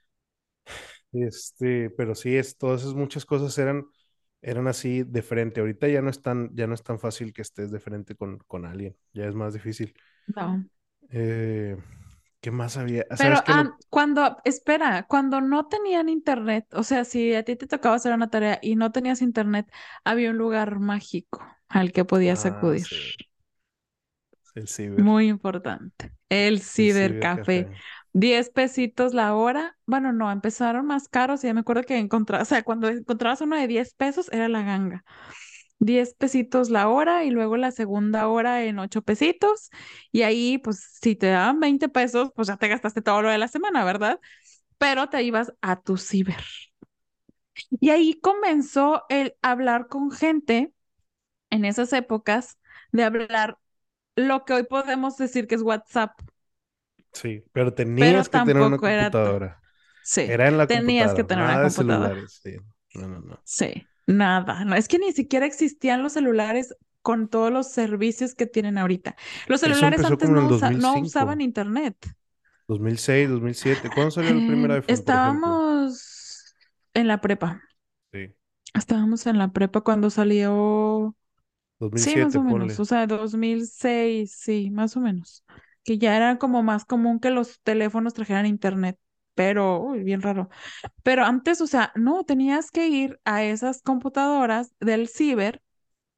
[SPEAKER 1] Este, pero sí, es, todas esas muchas cosas eran, eran así de frente. Ahorita ya no es tan, ya no es tan fácil que estés de frente con, con alguien, ya es más difícil.
[SPEAKER 2] No.
[SPEAKER 1] Eh, ¿Qué más había? ¿Sabes
[SPEAKER 2] Pero
[SPEAKER 1] qué?
[SPEAKER 2] ah,
[SPEAKER 1] Lo...
[SPEAKER 2] cuando, espera, cuando no tenían internet, o sea, si a ti te tocaba hacer una tarea y no tenías internet, había un lugar mágico al que podías
[SPEAKER 1] Ah,
[SPEAKER 2] acudir.
[SPEAKER 1] sí, el ciber,
[SPEAKER 2] Muy importante. El
[SPEAKER 1] el
[SPEAKER 2] cibercafé.
[SPEAKER 1] cibercafé.
[SPEAKER 2] Diez pesitos la hora. Bueno, no, empezaron más caros y ya me acuerdo que encontraba, o sea, cuando encontrabas uno de diez pesos era la ganga. Diez pesitos la hora y luego la segunda hora en ocho pesitos. Y ahí, pues, si te daban veinte pesos, pues ya te gastaste todo lo de la semana, ¿verdad? Pero te ibas a tu ciber. Y ahí comenzó el hablar con gente en esas épocas, de hablar lo que hoy podemos decir que es WhatsApp,
[SPEAKER 1] Sí, pero
[SPEAKER 2] pero
[SPEAKER 1] tenías que tener una
[SPEAKER 2] tampoco era, t-
[SPEAKER 1] computadora.
[SPEAKER 2] sí,
[SPEAKER 1] Era en la
[SPEAKER 2] tenías que
[SPEAKER 1] computadora,
[SPEAKER 2] tener una
[SPEAKER 1] nada de
[SPEAKER 2] computadora.
[SPEAKER 1] celulares. Sí, no, no, no.
[SPEAKER 2] Sí, nada, no, es que ni siquiera existían los celulares con todos los servicios que tienen ahorita. Los
[SPEAKER 1] Eso
[SPEAKER 2] celulares
[SPEAKER 1] empezó
[SPEAKER 2] antes
[SPEAKER 1] como en
[SPEAKER 2] no,
[SPEAKER 1] el dos
[SPEAKER 2] usa-
[SPEAKER 1] mil
[SPEAKER 2] no usaban
[SPEAKER 1] cinco,
[SPEAKER 2] internet.
[SPEAKER 1] dos mil seis, dos mil siete. ¿Cuándo salió el primer
[SPEAKER 2] Eh,
[SPEAKER 1] iPhone, por ejemplo?
[SPEAKER 2] estábamos en la prepa.
[SPEAKER 1] Sí,
[SPEAKER 2] Estábamos en la prepa cuando salió. Sí, más
[SPEAKER 1] dos mil siete,
[SPEAKER 2] o menos,
[SPEAKER 1] ponle.
[SPEAKER 2] o sea, dos mil seis, sí, más o menos. Que ya era como más común que los teléfonos trajeran internet, pero, uy, bien raro. Pero antes, o sea, no, tenías que ir a esas computadoras del ciber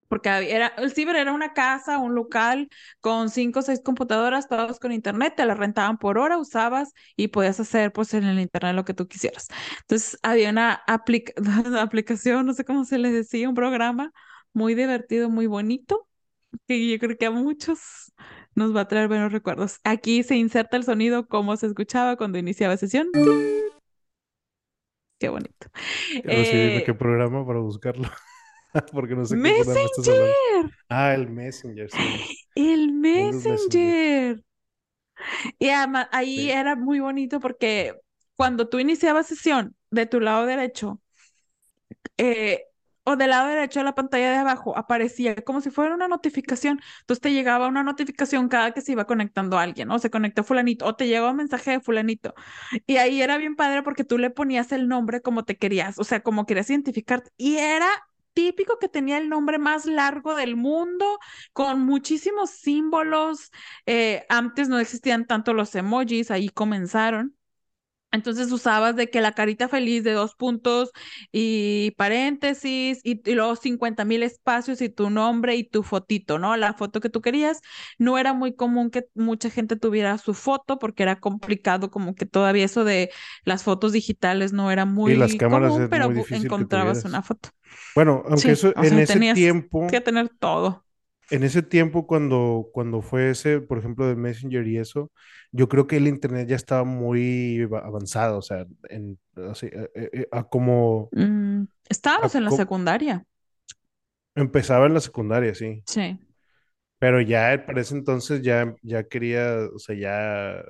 [SPEAKER 2] porque había- era, el ciber era una casa, un local con cinco o seis computadoras, todas con internet, te las rentaban por hora, usabas y podías hacer pues en el internet lo que tú quisieras. Entonces había una aplic- una aplicación, no sé cómo se le decía, un programa muy divertido, muy bonito, que yo creo que a muchos nos va a traer buenos recuerdos. Aquí se inserta el sonido como se escuchaba cuando iniciaba sesión. ¡Ting! Qué bonito.
[SPEAKER 1] Pero sí, dime qué
[SPEAKER 2] Eh,
[SPEAKER 1] programa para buscarlo, porque no sé qué programa estás hablando.
[SPEAKER 2] Messenger,
[SPEAKER 1] Ah, el Messenger, sí.
[SPEAKER 2] el
[SPEAKER 1] Windows Messenger.
[SPEAKER 2] Messenger. Y además, ahí
[SPEAKER 1] Sí.
[SPEAKER 2] era muy bonito porque cuando tú iniciabas sesión de tu lado derecho, eh, o del lado derecho de la pantalla de abajo, aparecía como si fuera una notificación. Entonces te llegaba una notificación cada que se iba conectando alguien, ¿no? Se conectó fulanito, o te llegaba un mensaje de fulanito. Y ahí era bien padre porque tú le ponías el nombre como te querías, o sea, como querías identificarte. Y era típico que tenía el nombre más largo del mundo, con muchísimos símbolos. Eh, antes no existían tanto los emojis, ahí comenzaron. Entonces usabas de que la carita feliz de dos puntos y paréntesis y, y luego cincuenta mil espacios y tu nombre y tu fotito, ¿no? La foto que tú querías. No era muy común que mucha gente tuviera su foto porque era complicado, como que todavía eso de las fotos digitales no era
[SPEAKER 1] Sí, las
[SPEAKER 2] muy
[SPEAKER 1] cámaras
[SPEAKER 2] común,
[SPEAKER 1] es
[SPEAKER 2] pero
[SPEAKER 1] muy
[SPEAKER 2] bu-
[SPEAKER 1] difícil que
[SPEAKER 2] encontrabas una
[SPEAKER 1] tuvieras.
[SPEAKER 2] foto.
[SPEAKER 1] Bueno, aunque
[SPEAKER 2] Sí,
[SPEAKER 1] eso
[SPEAKER 2] o
[SPEAKER 1] en
[SPEAKER 2] sea,
[SPEAKER 1] ese
[SPEAKER 2] tenías que
[SPEAKER 1] tiempo,
[SPEAKER 2] tener todo.
[SPEAKER 1] en ese tiempo cuando, cuando fue ese, por ejemplo, de Messenger y eso, yo creo que el internet ya estaba muy va- avanzado, o sea, en, así, eh, eh, eh, a como,
[SPEAKER 2] Mm,
[SPEAKER 1] a
[SPEAKER 2] estábamos en la
[SPEAKER 1] co-
[SPEAKER 2] secundaria.
[SPEAKER 1] empezaba en la secundaria, sí,
[SPEAKER 2] Sí.
[SPEAKER 1] pero ya eh, para ese entonces ya, ya quería, o sea, ya,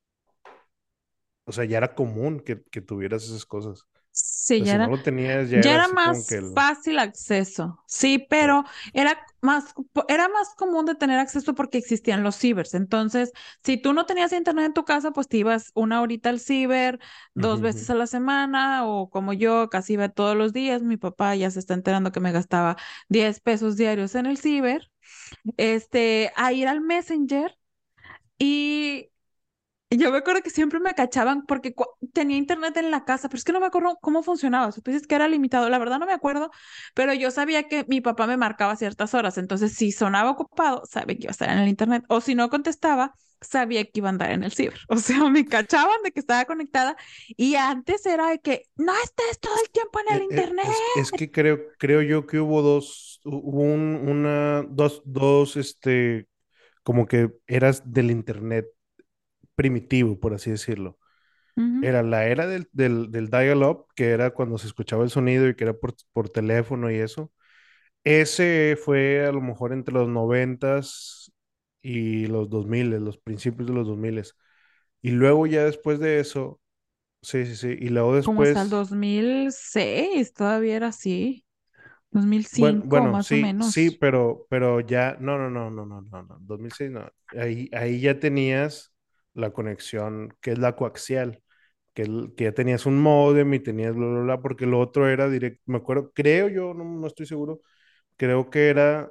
[SPEAKER 1] o sea, ya era común que, que tuvieras esas cosas. O
[SPEAKER 2] Sí,
[SPEAKER 1] sea,
[SPEAKER 2] ya
[SPEAKER 1] si no
[SPEAKER 2] era.
[SPEAKER 1] lo tenías, ya
[SPEAKER 2] Ya
[SPEAKER 1] era
[SPEAKER 2] era
[SPEAKER 1] así como que
[SPEAKER 2] más
[SPEAKER 1] el,
[SPEAKER 2] fácil acceso, sí,
[SPEAKER 1] sí.
[SPEAKER 2] pero era más, era más común de tener acceso porque existían los cibers. Entonces, si tú no tenías internet en tu casa, pues te ibas una horita al ciber, dos
[SPEAKER 1] Ujú,
[SPEAKER 2] veces
[SPEAKER 1] ujú.
[SPEAKER 2] a la semana, o como yo, casi iba todos los días. Mi papá ya se está enterando que me gastaba diez pesos diarios en el ciber, este, a ir al Messenger. Y yo me acuerdo que siempre me cachaban porque cua- tenía internet en la casa, pero es que no me acuerdo cómo funcionaba. O sea, tú dices que era limitado, la verdad no me acuerdo, pero yo sabía que mi papá me marcaba ciertas horas, entonces si sonaba ocupado, sabía que iba a estar en el internet, o si no contestaba, sabía que iba a andar en el ciber. O sea, me cachaban de que estaba conectada y antes era de que no estés todo el tiempo en el
[SPEAKER 1] Eh, eh,
[SPEAKER 2] internet.
[SPEAKER 1] Es, es que creo, creo yo que hubo dos, hu- hubo un, una, dos, dos, este, como que eras del internet primitivo, por así decirlo.
[SPEAKER 2] Ujú.
[SPEAKER 1] Era la era del, del, del dial-up, que era cuando se escuchaba el sonido y que era por, por teléfono y eso. Ese fue a lo mejor entre los noventas y los dos miles, los principios de los dos miles. Y luego ya después de eso, sí, sí, sí, y luego
[SPEAKER 2] Como hasta el
[SPEAKER 1] después.
[SPEAKER 2] dos mil seis todavía era así, dos mil
[SPEAKER 1] Bueno,
[SPEAKER 2] cinco
[SPEAKER 1] bueno,
[SPEAKER 2] más o
[SPEAKER 1] sí, sí,
[SPEAKER 2] menos.
[SPEAKER 1] pero, pero ya, no, no, no, no, no, no, no, dos mil seis no. Ahí, ahí ya tenías la conexión que es la coaxial, que, el- que ya tenías un módem y tenías bla, bla, bla, porque lo otro era directo, me acuerdo, creo yo, no, no estoy seguro, creo que era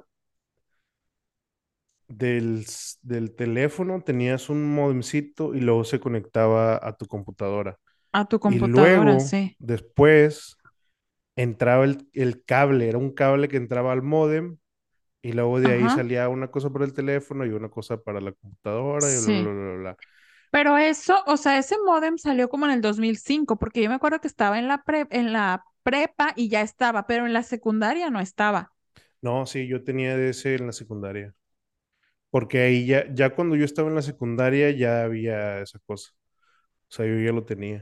[SPEAKER 1] del, s- del teléfono, tenías un modemcito y luego se conectaba a tu computadora.
[SPEAKER 2] A tu
[SPEAKER 1] Y
[SPEAKER 2] computadora,
[SPEAKER 1] luego,
[SPEAKER 2] sí.
[SPEAKER 1] después, entraba el, el cable, era un cable que entraba al módem y luego de ahí
[SPEAKER 2] Ajá,
[SPEAKER 1] salía una cosa para el teléfono y una cosa para la computadora y bla, bla,
[SPEAKER 2] sí.
[SPEAKER 1] bla, bla, bla.
[SPEAKER 2] Pero eso, o sea, ese módem salió como en el dos mil cinco, porque yo me acuerdo que estaba en la pre- en la prepa y ya estaba, pero en la secundaria no estaba.
[SPEAKER 1] No, sí, yo tenía de ese en la secundaria. Porque ahí ya, ya cuando yo estaba en la secundaria ya había esa cosa. O sea, yo ya lo tenía.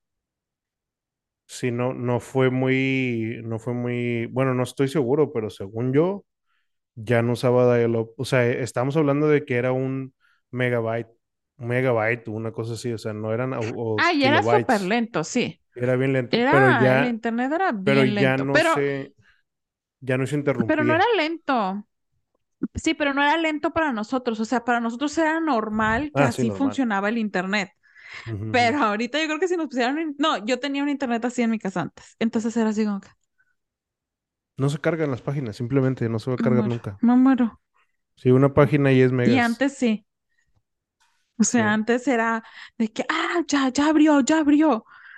[SPEAKER 1] Sí, no, no fue muy, no fue muy, bueno, no estoy seguro, pero según yo, ya no usaba dial-up. O sea, eh, estamos hablando de que era un megabyte, un megabyte, una cosa así, o sea, no eran o, o
[SPEAKER 2] Ah, y era súper
[SPEAKER 1] kilobytes.
[SPEAKER 2] lento, sí.
[SPEAKER 1] Era bien lento, pero
[SPEAKER 2] Era, el
[SPEAKER 1] ya,
[SPEAKER 2] internet era
[SPEAKER 1] pero
[SPEAKER 2] bien
[SPEAKER 1] ya
[SPEAKER 2] lento,
[SPEAKER 1] no
[SPEAKER 2] pero,
[SPEAKER 1] se, ya no se
[SPEAKER 2] pero no era
[SPEAKER 1] interrumpía.
[SPEAKER 2] lento. Sí, pero no era lento para nosotros. O sea, para nosotros era normal que
[SPEAKER 1] Ah, sí,
[SPEAKER 2] así
[SPEAKER 1] normal.
[SPEAKER 2] funcionaba el internet.
[SPEAKER 1] Ujú, ujú.
[SPEAKER 2] Pero ahorita yo creo que si nos pusieran, un- no, yo tenía un internet así en mi casa antes. Entonces era así como que,
[SPEAKER 1] No se cargan las páginas, simplemente no se va a
[SPEAKER 2] me
[SPEAKER 1] cargar
[SPEAKER 2] muero,
[SPEAKER 1] nunca.
[SPEAKER 2] me muero.
[SPEAKER 1] Si una página y es
[SPEAKER 2] Y
[SPEAKER 1] megas.
[SPEAKER 2] antes sí. O sea,
[SPEAKER 1] Sí.
[SPEAKER 2] antes era de que, ah, ya, ya abrió, ya abrió.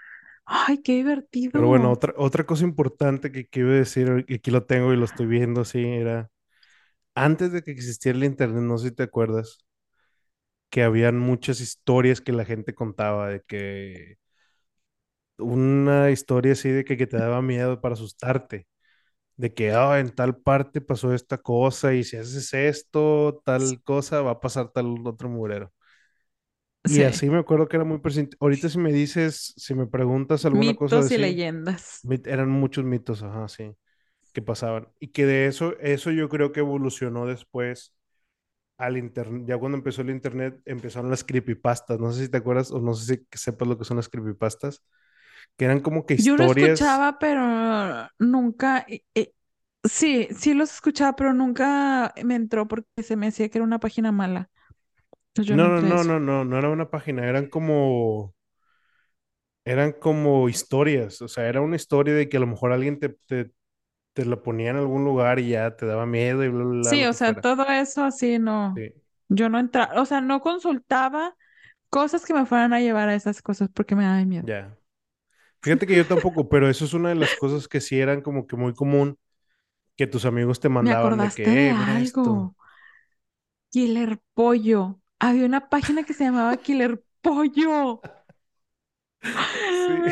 [SPEAKER 2] Ay, qué
[SPEAKER 1] Pero bueno,
[SPEAKER 2] divertido.
[SPEAKER 1] otra, otra cosa importante que, que iba a decir, y aquí lo tengo y lo estoy viendo así, era antes de que existiera el internet, no sé si te acuerdas, que habían muchas historias que la gente contaba, de que una historia así de que, que te daba miedo para asustarte, de que "Ah, en tal parte pasó esta cosa y si haces esto, tal cosa, va a pasar tal otro murero. Y
[SPEAKER 2] Sí,
[SPEAKER 1] así me acuerdo que era muy presente. Ahorita si me dices, si me preguntas alguna cosa
[SPEAKER 2] mitos y
[SPEAKER 1] así,
[SPEAKER 2] leyendas.
[SPEAKER 1] mit- eran muchos mitos, ajá, sí, que pasaban. Y que de eso, eso yo creo que evolucionó después al internet. Ya cuando empezó el internet, empezaron las creepypastas. No sé si te acuerdas o no sé si sepas lo que son las creepypastas, que eran como que
[SPEAKER 2] Yo lo
[SPEAKER 1] historias.
[SPEAKER 2] escuchaba, pero nunca, eh, eh, sí, sí los escuchaba, pero nunca me entró porque se me decía que era una página mala. Entonces yo no
[SPEAKER 1] No, no,
[SPEAKER 2] entré a
[SPEAKER 1] no,
[SPEAKER 2] eso.
[SPEAKER 1] no, no, no era una página, eran como, eran como historias. O sea, era una historia de que a lo mejor alguien te, te, te la ponía en algún lugar y ya te daba miedo y bla, bla, bla,
[SPEAKER 2] Sí,
[SPEAKER 1] lo
[SPEAKER 2] o
[SPEAKER 1] que
[SPEAKER 2] sea,
[SPEAKER 1] fuera.
[SPEAKER 2] todo eso así no,
[SPEAKER 1] Sí,
[SPEAKER 2] yo no entraba, o sea, no consultaba cosas que me fueran a llevar a esas cosas porque me daban miedo.
[SPEAKER 1] ya. Fíjate que yo tampoco, pero eso es una de las cosas que sí eran como que muy común, que tus amigos te
[SPEAKER 2] Me
[SPEAKER 1] mandaban de
[SPEAKER 2] acordaste
[SPEAKER 1] que,
[SPEAKER 2] de
[SPEAKER 1] eh, mira esto.
[SPEAKER 2] algo, Killer Pollo. Había una página que se llamaba Killer Pollo.
[SPEAKER 1] Sí.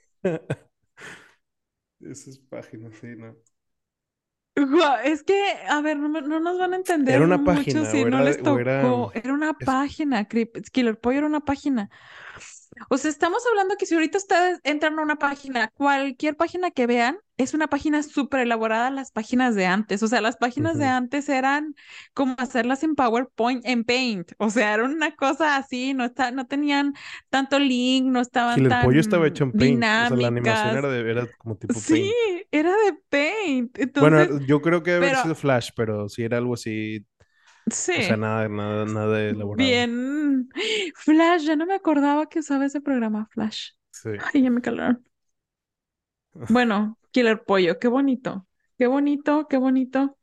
[SPEAKER 1] Esas páginas, sí, ¿no?
[SPEAKER 2] Guau, es que, a ver, no, me- no nos van a
[SPEAKER 1] Era
[SPEAKER 2] entender
[SPEAKER 1] una
[SPEAKER 2] mucho
[SPEAKER 1] página,
[SPEAKER 2] si
[SPEAKER 1] o
[SPEAKER 2] no
[SPEAKER 1] era,
[SPEAKER 2] les
[SPEAKER 1] o era,
[SPEAKER 2] tocó. Era una
[SPEAKER 1] es-
[SPEAKER 2] página, Creep- Killer Pollo era una página. O sea, estamos hablando que si ahorita ustedes entran a una página, cualquier página que vean, es una página súper elaborada, las páginas de antes. O sea, las páginas de
[SPEAKER 1] ujú.
[SPEAKER 2] antes eran como hacerlas en PowerPoint, en Paint. O sea, era una cosa así, no está, no tenían tanto link, no estaban
[SPEAKER 1] Killer Pollo estaba hecho
[SPEAKER 2] tan
[SPEAKER 1] en Paint, o sea, la animación era
[SPEAKER 2] dinámicas.
[SPEAKER 1] de, era como tipo
[SPEAKER 2] Sí,
[SPEAKER 1] Paint.
[SPEAKER 2] era de Paint.
[SPEAKER 1] Bueno,
[SPEAKER 2] Entonces,
[SPEAKER 1] yo creo que debe haber
[SPEAKER 2] pero
[SPEAKER 1] sido Flash, pero sí era algo así, o sea,
[SPEAKER 2] sí.
[SPEAKER 1] nada, nada, nada elaborado.
[SPEAKER 2] Bien. Flash, ya no me acordaba que usaba ese programa Flash.
[SPEAKER 1] Sí.
[SPEAKER 2] Ay, ya me calaron. Bueno, Killer Pollo, qué bonito. Qué bonito, qué bonito.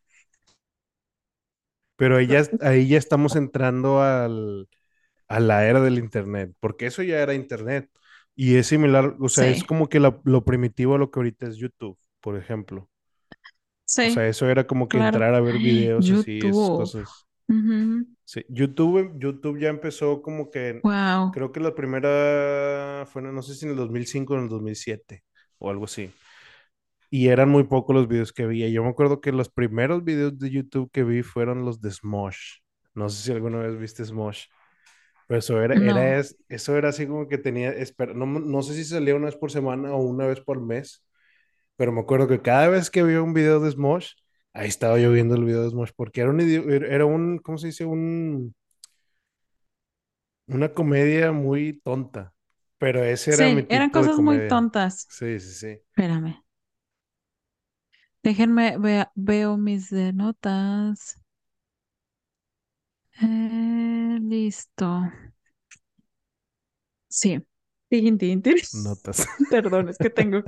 [SPEAKER 1] Pero ahí ya, ahí ya estamos entrando al, a la era del Internet, porque eso ya era Internet. Y es similar, o sea, es
[SPEAKER 2] Sí,
[SPEAKER 1] como que la- lo primitivo a lo que ahorita es YouTube, por ejemplo. O sea,
[SPEAKER 2] sí,
[SPEAKER 1] eso era como que
[SPEAKER 2] claro.
[SPEAKER 1] entrar a ver videos así, esas
[SPEAKER 2] YouTube.
[SPEAKER 1] cosas.
[SPEAKER 2] Ujú.
[SPEAKER 1] Sí, YouTube, YouTube ya empezó como que,
[SPEAKER 2] Wow.
[SPEAKER 1] creo que la primera fue, no sé si en el dos mil cinco o en el dos mil siete o algo así. Y eran muy pocos los videos que veía. Yo me acuerdo que los primeros videos de YouTube que vi fueron los de Smosh. No sé si alguna vez viste Smosh. Pero eso era, era
[SPEAKER 2] No.
[SPEAKER 1] es- eso era así como que tenía, espera, no, no sé si salía una vez por semana o una vez por mes, pero me acuerdo que cada vez que veía un video de Smosh, ahí estaba yo viendo el video de Smosh, porque era un, idi- era un, ¿cómo se dice? Un, una comedia muy tonta, pero ese era mi
[SPEAKER 2] Sí, eran
[SPEAKER 1] tipo de
[SPEAKER 2] cosas muy
[SPEAKER 1] comedia.
[SPEAKER 2] tontas.
[SPEAKER 1] Sí, sí, sí.
[SPEAKER 2] Espérame. Déjenme, vea- veo mis de notas. Eh, listo. Sí. Tin, tin, tin.
[SPEAKER 1] Notas.
[SPEAKER 2] Perdón, es que tengo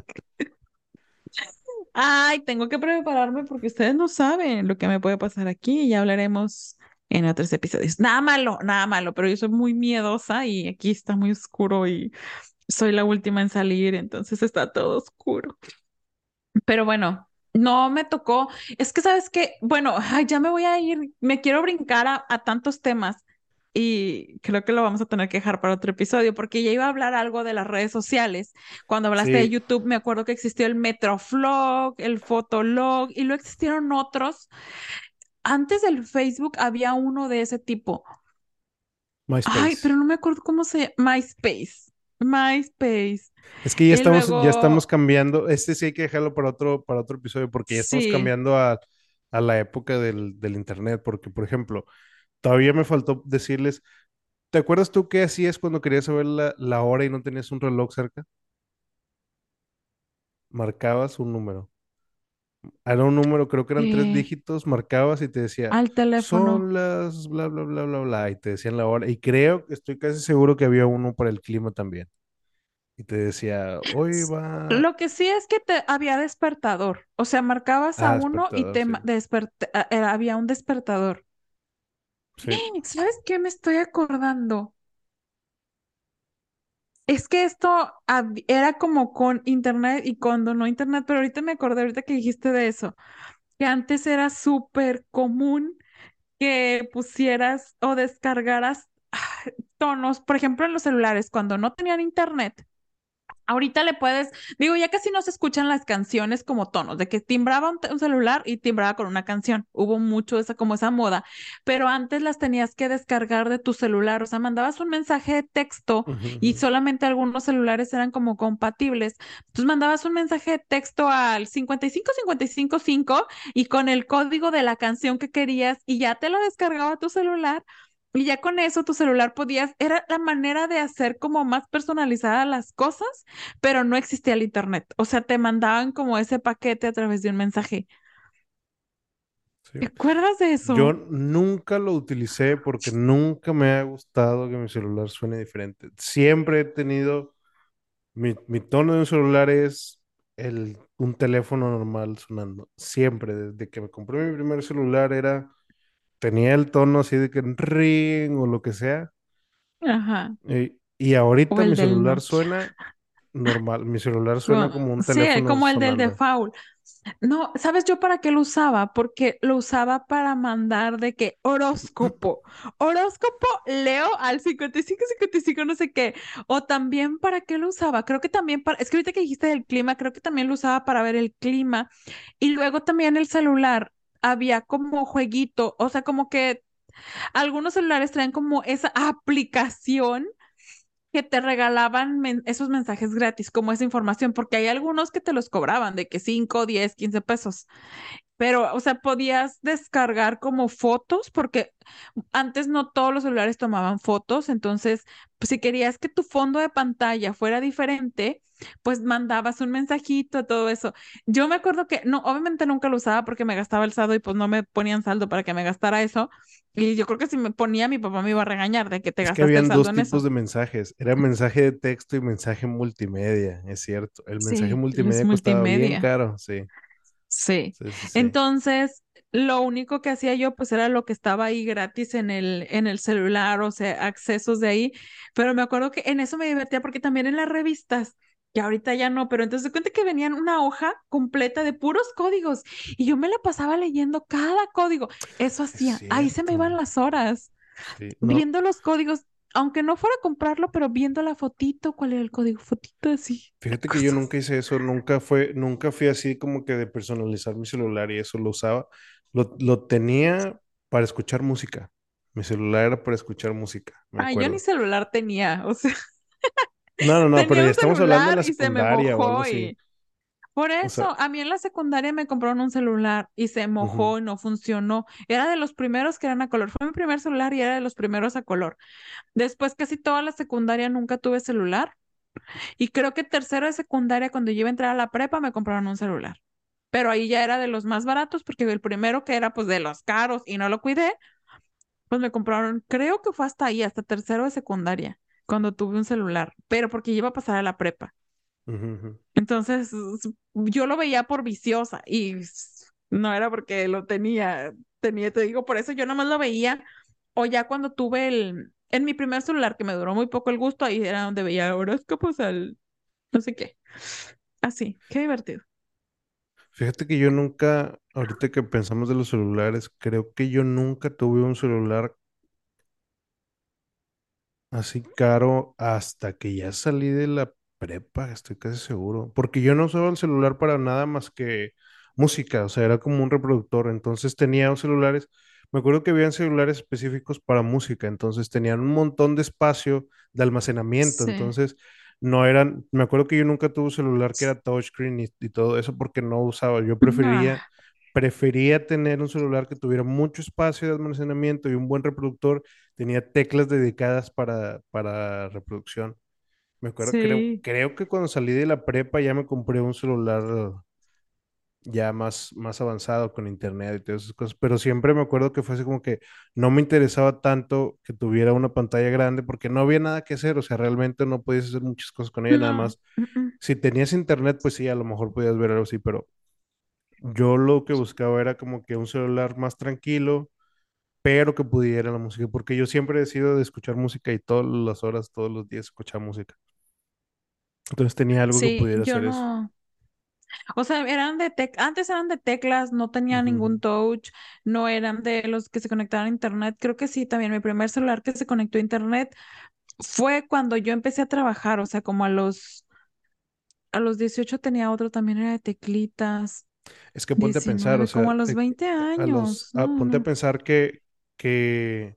[SPEAKER 2] Ay, tengo que prepararme porque ustedes no saben lo que me puede pasar aquí y ya hablaremos en otros episodios. Nada malo, nada malo, pero yo soy muy miedosa y aquí está muy oscuro y soy la última en salir, entonces está todo oscuro. Pero bueno, no me tocó. Es que, ¿sabes qué? Bueno, ay, ya me voy a ir, me quiero brincar a, a tantos temas y creo que lo vamos a tener que dejar para otro episodio porque ya iba a hablar algo de las redes sociales. Cuando hablaste de
[SPEAKER 1] Sí,
[SPEAKER 2] YouTube, me acuerdo que existió el Metroflog, el Fotolog y luego existieron otros. Antes del Facebook había uno de ese tipo. Ay, pero
[SPEAKER 1] MySpace.
[SPEAKER 2] no me acuerdo cómo se... MySpace. MySpace.
[SPEAKER 1] Es que ya
[SPEAKER 2] Y
[SPEAKER 1] estamos, ya estamos
[SPEAKER 2] luego,
[SPEAKER 1] cambiando. Este sí hay que dejarlo para otro, para otro episodio, porque ya estamos
[SPEAKER 2] sí.
[SPEAKER 1] cambiando a, a la época del, del internet. Porque, por ejemplo, todavía me faltó decirles, ¿te acuerdas tú qué hacías cuando querías saber la, la hora y no tenías un reloj cerca? Marcabas un número. Era un número, creo que eran tres
[SPEAKER 2] eh,
[SPEAKER 1] dígitos, marcabas y te decía,
[SPEAKER 2] al teléfono.
[SPEAKER 1] son las bla, bla, bla, bla, bla, y te decían la hora. Y creo, estoy casi seguro que había uno para el clima también. Y te decía, hoy
[SPEAKER 2] S-
[SPEAKER 1] va.
[SPEAKER 2] Lo que sí es que te había despertador, o sea, marcabas a
[SPEAKER 1] Ah,
[SPEAKER 2] uno y
[SPEAKER 1] despertador,
[SPEAKER 2] te
[SPEAKER 1] sí.
[SPEAKER 2] ma- despert- a- era- había un despertador.
[SPEAKER 1] Sí.
[SPEAKER 2] ¿Sabes qué me estoy acordando? Es que esto hab- era como con internet y cuando no internet, pero ahorita me acordé, ahorita que dijiste de eso, que antes era súper común que pusieras o descargaras ah, tonos, por ejemplo, en los celulares, cuando no tenían internet. Ahorita le puedes, digo, ya casi no se escuchan las canciones como tonos, de que timbraba un, te- un celular y timbraba con una canción. Hubo mucho esa, como esa moda, pero antes las tenías que descargar de tu celular, o sea, mandabas un mensaje de texto
[SPEAKER 1] Ujú,
[SPEAKER 2] y
[SPEAKER 1] ujú.
[SPEAKER 2] solamente algunos celulares eran como compatibles. Entonces mandabas un mensaje de texto al cincuenta y cinco cincuenta y cinco cinco y con el código de la canción que querías y ya te lo descargaba a tu celular. Y ya con eso tu celular podías, era la manera de hacer como más personalizadas las cosas, pero no existía el internet. O sea, te mandaban como ese paquete a través de un mensaje.
[SPEAKER 1] Sí.
[SPEAKER 2] ¿Te acuerdas de
[SPEAKER 1] Yo
[SPEAKER 2] eso?
[SPEAKER 1] nunca lo utilicé porque nunca me ha gustado que mi celular suene diferente. Siempre he tenido, mi, mi tono de un celular es el, un teléfono normal sonando. Siempre, desde que me compré mi primer celular era, tenía el tono así de que ring o lo que sea.
[SPEAKER 2] Ajá.
[SPEAKER 1] Y, y
[SPEAKER 2] O
[SPEAKER 1] ahorita
[SPEAKER 2] el
[SPEAKER 1] mi
[SPEAKER 2] del
[SPEAKER 1] celular
[SPEAKER 2] Nokia.
[SPEAKER 1] suena normal. Mi celular suena
[SPEAKER 2] Con-
[SPEAKER 1] como un
[SPEAKER 2] Sí,
[SPEAKER 1] teléfono
[SPEAKER 2] como el del
[SPEAKER 1] sonando.
[SPEAKER 2] default. No, ¿sabes yo para qué lo usaba? Porque lo usaba para mandar de que horóscopo, horóscopo Leo al cincuenta y cinco, cincuenta y cinco, no sé qué. O también para qué lo usaba. Creo que también para, es que ahorita que dijiste del clima, creo que también lo usaba para ver el clima. Y luego también el celular había como jueguito, o sea, como que algunos celulares traen como esa aplicación que te regalaban men- esos mensajes gratis, como esa información, porque hay algunos que te los cobraban de que cinco, diez, quince pesos. Pero, o sea, podías descargar como fotos, porque antes no todos los celulares tomaban fotos, entonces, pues si querías que tu fondo de pantalla fuera diferente, pues mandabas un mensajito, todo eso. Yo me acuerdo que, no, obviamente nunca lo usaba porque me gastaba el saldo y pues no me ponían saldo para que me gastara eso. Y yo creo que si me ponía, mi papá me iba a regañar de que te
[SPEAKER 1] Es que
[SPEAKER 2] gastaste el
[SPEAKER 1] habían
[SPEAKER 2] saldo
[SPEAKER 1] dos
[SPEAKER 2] en
[SPEAKER 1] tipos
[SPEAKER 2] eso.
[SPEAKER 1] de mensajes. Era mensaje de texto y mensaje multimedia, es cierto. El mensaje
[SPEAKER 2] Sí, es
[SPEAKER 1] multimedia costaba bien
[SPEAKER 2] multimedia.
[SPEAKER 1] caro, sí.
[SPEAKER 2] Sí.
[SPEAKER 1] Sí, sí, sí.
[SPEAKER 2] Entonces, lo único que hacía yo, pues era lo que estaba ahí gratis en el, en el celular, o sea, accesos de ahí. Pero me acuerdo que en eso me divertía porque también en las revistas, que ahorita ya no, pero entonces de cuenta que venían una hoja completa de puros códigos y yo me la pasaba leyendo cada código. Eso
[SPEAKER 1] Es
[SPEAKER 2] hacía. Ahí se me iban
[SPEAKER 1] cierto.
[SPEAKER 2] las horas
[SPEAKER 1] Sí, no.
[SPEAKER 2] viendo los códigos, aunque no fuera a comprarlo, pero viendo la fotito, cuál era el código, fotito así,
[SPEAKER 1] Fíjate que yo
[SPEAKER 2] cosas.
[SPEAKER 1] nunca hice eso, nunca fue, nunca fui así como que de personalizar mi celular y eso lo usaba. Lo, lo tenía para escuchar música. Mi celular era para escuchar música, me
[SPEAKER 2] Ay, yo ni
[SPEAKER 1] acuerdo.
[SPEAKER 2] celular tenía, o sea.
[SPEAKER 1] No, no, no, pero
[SPEAKER 2] Tenía
[SPEAKER 1] ya
[SPEAKER 2] un
[SPEAKER 1] estamos hablando de
[SPEAKER 2] celular
[SPEAKER 1] la
[SPEAKER 2] y se me
[SPEAKER 1] secundaria o algo
[SPEAKER 2] mojó
[SPEAKER 1] así.
[SPEAKER 2] y por
[SPEAKER 1] O sea,
[SPEAKER 2] eso a mí en la secundaria me compraron un celular y se
[SPEAKER 1] ujú,
[SPEAKER 2] mojó y no funcionó. Era de los primeros que eran a color. Fue mi primer celular y era de los primeros a color. Después casi toda la secundaria nunca tuve celular y creo que tercero de secundaria cuando yo iba a entrar a la prepa me compraron un celular. Pero ahí ya era de los más baratos porque el primero que era pues de los caros y no lo cuidé, pues me compraron, creo que fue hasta ahí, hasta tercero de secundaria, cuando tuve un celular, pero porque iba a pasar a la prepa.
[SPEAKER 1] ujú, ujú.
[SPEAKER 2] Entonces, s- yo lo veía por viciosa y s- no era porque lo tenía, tenía, te digo, por eso yo nomás lo veía. O ya cuando tuve el, en mi primer celular, que me duró muy poco el gusto, ahí era donde veía horóscopos al, no sé qué. Así, qué divertido.
[SPEAKER 1] Fíjate que yo nunca, ahorita que pensamos de los celulares, creo que yo nunca tuve un celular así caro hasta que ya salí de la prepa, estoy casi seguro. Porque yo no usaba el celular para nada más que música, o sea, era como un reproductor. Entonces tenía un celulares, me acuerdo que habían celulares específicos para música, entonces tenían un montón de espacio de almacenamiento.
[SPEAKER 2] Sí.
[SPEAKER 1] Entonces no eran, me acuerdo que yo nunca tuve un celular que era touchscreen y, y todo eso porque no usaba. Yo preferiría
[SPEAKER 2] Ah,
[SPEAKER 1] prefería tener un celular que tuviera mucho espacio de almacenamiento y un buen reproductor. Tenía teclas dedicadas para, para reproducción. Me acuerdo, creo,
[SPEAKER 2] sí.
[SPEAKER 1] creo que cuando salí de la prepa ya me compré un celular ya más, más avanzado con internet y todas esas cosas, pero siempre me acuerdo que fue así como que no me interesaba tanto que tuviera una pantalla grande porque no había nada que hacer, o sea, realmente no podías hacer muchas cosas con ella, nada
[SPEAKER 2] No.
[SPEAKER 1] más.
[SPEAKER 2] Mm, mm.
[SPEAKER 1] Si tenías internet, pues sí, a lo mejor podías ver algo así, pero yo lo que buscaba era como que un celular más tranquilo, pero que pudiera la música, porque yo siempre he sido de escuchar música y todas las horas, todos los días escuchar música. Entonces tenía algo que
[SPEAKER 2] Sí,
[SPEAKER 1] pudiera
[SPEAKER 2] yo
[SPEAKER 1] hacer eso.
[SPEAKER 2] no. O sea, eran de tec, antes eran de teclas, no tenían
[SPEAKER 1] Ujú,
[SPEAKER 2] ningún
[SPEAKER 1] ujú.
[SPEAKER 2] touch, no eran de los que se conectaban a internet. Creo que sí, también mi primer celular que se conectó a internet fue cuando yo empecé a trabajar, o sea, como a los a los dieciocho tenía otro, también era de teclitas,
[SPEAKER 1] Es que ponte a pensar, o
[SPEAKER 2] diecinueve como
[SPEAKER 1] sea,
[SPEAKER 2] a los
[SPEAKER 1] eh,
[SPEAKER 2] veinte
[SPEAKER 1] eh, a los,
[SPEAKER 2] años.
[SPEAKER 1] a-
[SPEAKER 2] No,
[SPEAKER 1] ponte a
[SPEAKER 2] no.
[SPEAKER 1] pensar que, que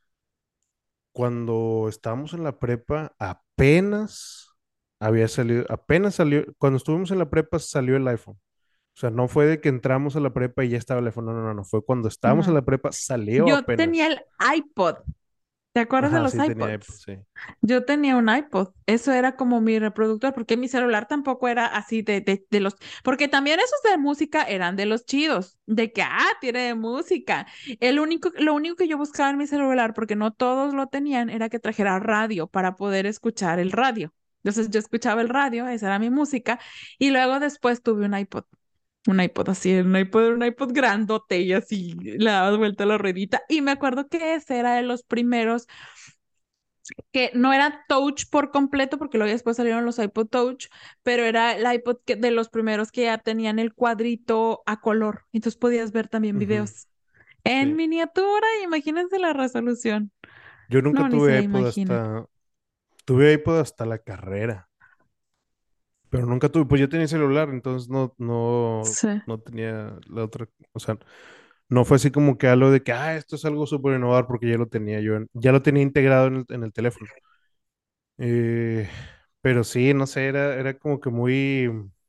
[SPEAKER 1] cuando estábamos en la prepa, apenas había salido, apenas salió, cuando estuvimos en la prepa salió el iPhone. O sea, no fue de que entramos a la prepa y ya estaba el iPhone, no, no, no, no, fue cuando estábamos en
[SPEAKER 2] No.
[SPEAKER 1] la prepa, salió
[SPEAKER 2] Yo tenía
[SPEAKER 1] apenas.
[SPEAKER 2] el iPod. ¿Te acuerdas de
[SPEAKER 1] Ajá,
[SPEAKER 2] los
[SPEAKER 1] sí tenía iPod,
[SPEAKER 2] iPods?
[SPEAKER 1] sí.
[SPEAKER 2] Yo tenía un iPod, eso era como mi reproductor, porque mi celular tampoco era así de, de, de los, porque también esos de música eran de los chidos, de que, ah, tiene de música. El único, lo único que yo buscaba en mi celular, porque no todos lo tenían, era que trajera radio para poder escuchar el radio. Entonces yo escuchaba el radio, esa era mi música, y luego después tuve un iPod. Un iPod así, un iPod, un iPod grandote y así le dabas vuelta a la ruedita. Y me acuerdo que ese era de los primeros que no era touch por completo, porque luego después salieron los iPod Touch, pero era el iPod que- de los primeros que ya tenían el cuadrito a color. Entonces podías ver también
[SPEAKER 1] Ujú,
[SPEAKER 2] videos en
[SPEAKER 1] sí.
[SPEAKER 2] miniatura. Imagínense la resolución.
[SPEAKER 1] Yo nunca
[SPEAKER 2] No, ni se
[SPEAKER 1] tuve iPod
[SPEAKER 2] imaginan.
[SPEAKER 1] hasta, tuve iPod hasta la carrera, pero nunca tuve, pues yo tenía celular, entonces no, no,
[SPEAKER 2] Sí.
[SPEAKER 1] no tenía la otra, o sea, no fue así como que algo de que, ah, esto es algo súper innovador porque ya lo tenía yo, en- ya lo tenía integrado en el, en el teléfono. Eh, pero sí, no sé, era, era como que muy,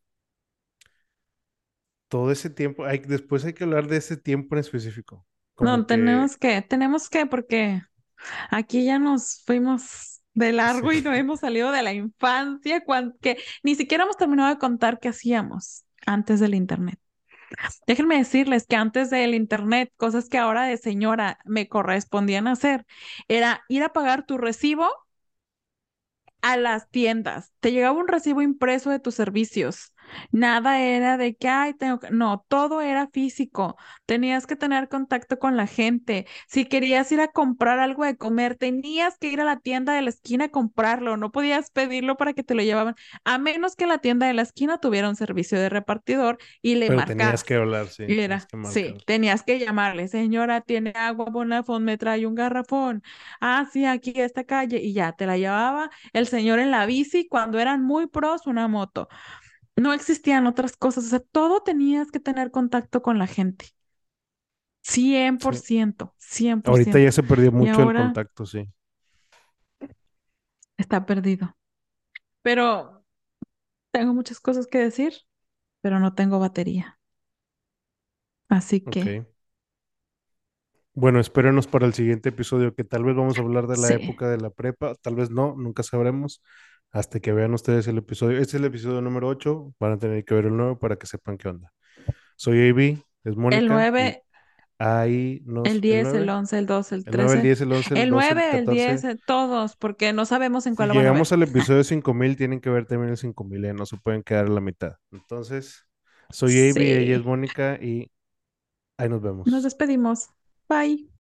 [SPEAKER 1] todo ese tiempo, hay, después hay que hablar de ese tiempo en específico, como
[SPEAKER 2] No,
[SPEAKER 1] que,
[SPEAKER 2] tenemos que, tenemos que, porque aquí ya nos fuimos de
[SPEAKER 1] sí,
[SPEAKER 2] largo y no hemos salido de la infancia, cuan- que ni siquiera hemos terminado de contar qué hacíamos antes del internet. Déjenme decirles que antes del internet, cosas que ahora de señora me correspondían hacer, era ir a pagar tu recibo a las tiendas. Te llegaba un recibo impreso de tus servicios. Nada era de que, ay, tengo que... No, todo era físico. Tenías que tener contacto con la gente. Si querías ir a comprar algo de comer, tenías que ir a la tienda de la esquina a comprarlo. No podías pedirlo para que te lo llevaban, a menos que la tienda de la esquina tuviera un servicio de repartidor y le
[SPEAKER 1] pero tenías que
[SPEAKER 2] marcaras.
[SPEAKER 1] hablar, sí,
[SPEAKER 2] Y
[SPEAKER 1] tenías
[SPEAKER 2] era,
[SPEAKER 1] que
[SPEAKER 2] sí,
[SPEAKER 1] marcar.
[SPEAKER 2] tenías que llamarle, señora, tiene agua Bonafont, me trae un garrafón. Ah, sí, aquí esta calle, y ya te la llevaba el señor en la bici cuando eran muy pros, una moto. No existían otras cosas, o sea, todo tenías que tener contacto con la gente. cien por
[SPEAKER 1] Sí.
[SPEAKER 2] ciento, cien por
[SPEAKER 1] Ahorita ya
[SPEAKER 2] ciento.
[SPEAKER 1] se perdió
[SPEAKER 2] Y
[SPEAKER 1] mucho el
[SPEAKER 2] ahora
[SPEAKER 1] contacto, sí.
[SPEAKER 2] está perdido. Pero tengo muchas cosas que decir, pero no tengo batería. Así que
[SPEAKER 1] Ok. Bueno, espérenos para el siguiente episodio, que tal vez vamos a hablar de la
[SPEAKER 2] sí,
[SPEAKER 1] época de la prepa, tal vez no, nunca sabremos, hasta que vean ustedes el episodio. Este es el episodio número ocho, van a tener que ver el nuevo para que sepan qué onda. Soy A B, es
[SPEAKER 2] el
[SPEAKER 1] Mónica, y
[SPEAKER 2] nueve,
[SPEAKER 1] ahí
[SPEAKER 2] el
[SPEAKER 1] nos, el
[SPEAKER 2] diez, el
[SPEAKER 1] nueve,
[SPEAKER 2] once, el doce, el
[SPEAKER 1] el nueve, el
[SPEAKER 2] trece,
[SPEAKER 1] diez, el once, el
[SPEAKER 2] el
[SPEAKER 1] doce, el
[SPEAKER 2] nueve, el diez,
[SPEAKER 1] catorce.
[SPEAKER 2] eh, todos, porque no sabemos en
[SPEAKER 1] Si
[SPEAKER 2] cuál lo van a
[SPEAKER 1] llegamos
[SPEAKER 2] ver.
[SPEAKER 1] al episodio cinco mil, tienen que ver también el cinco mil, ¿eh? No se pueden quedar a la mitad. Entonces, soy A B, ella es
[SPEAKER 2] Sí.
[SPEAKER 1] Mónica, y ahí nos
[SPEAKER 2] Nos
[SPEAKER 1] vemos.
[SPEAKER 2] despedimos. Bye.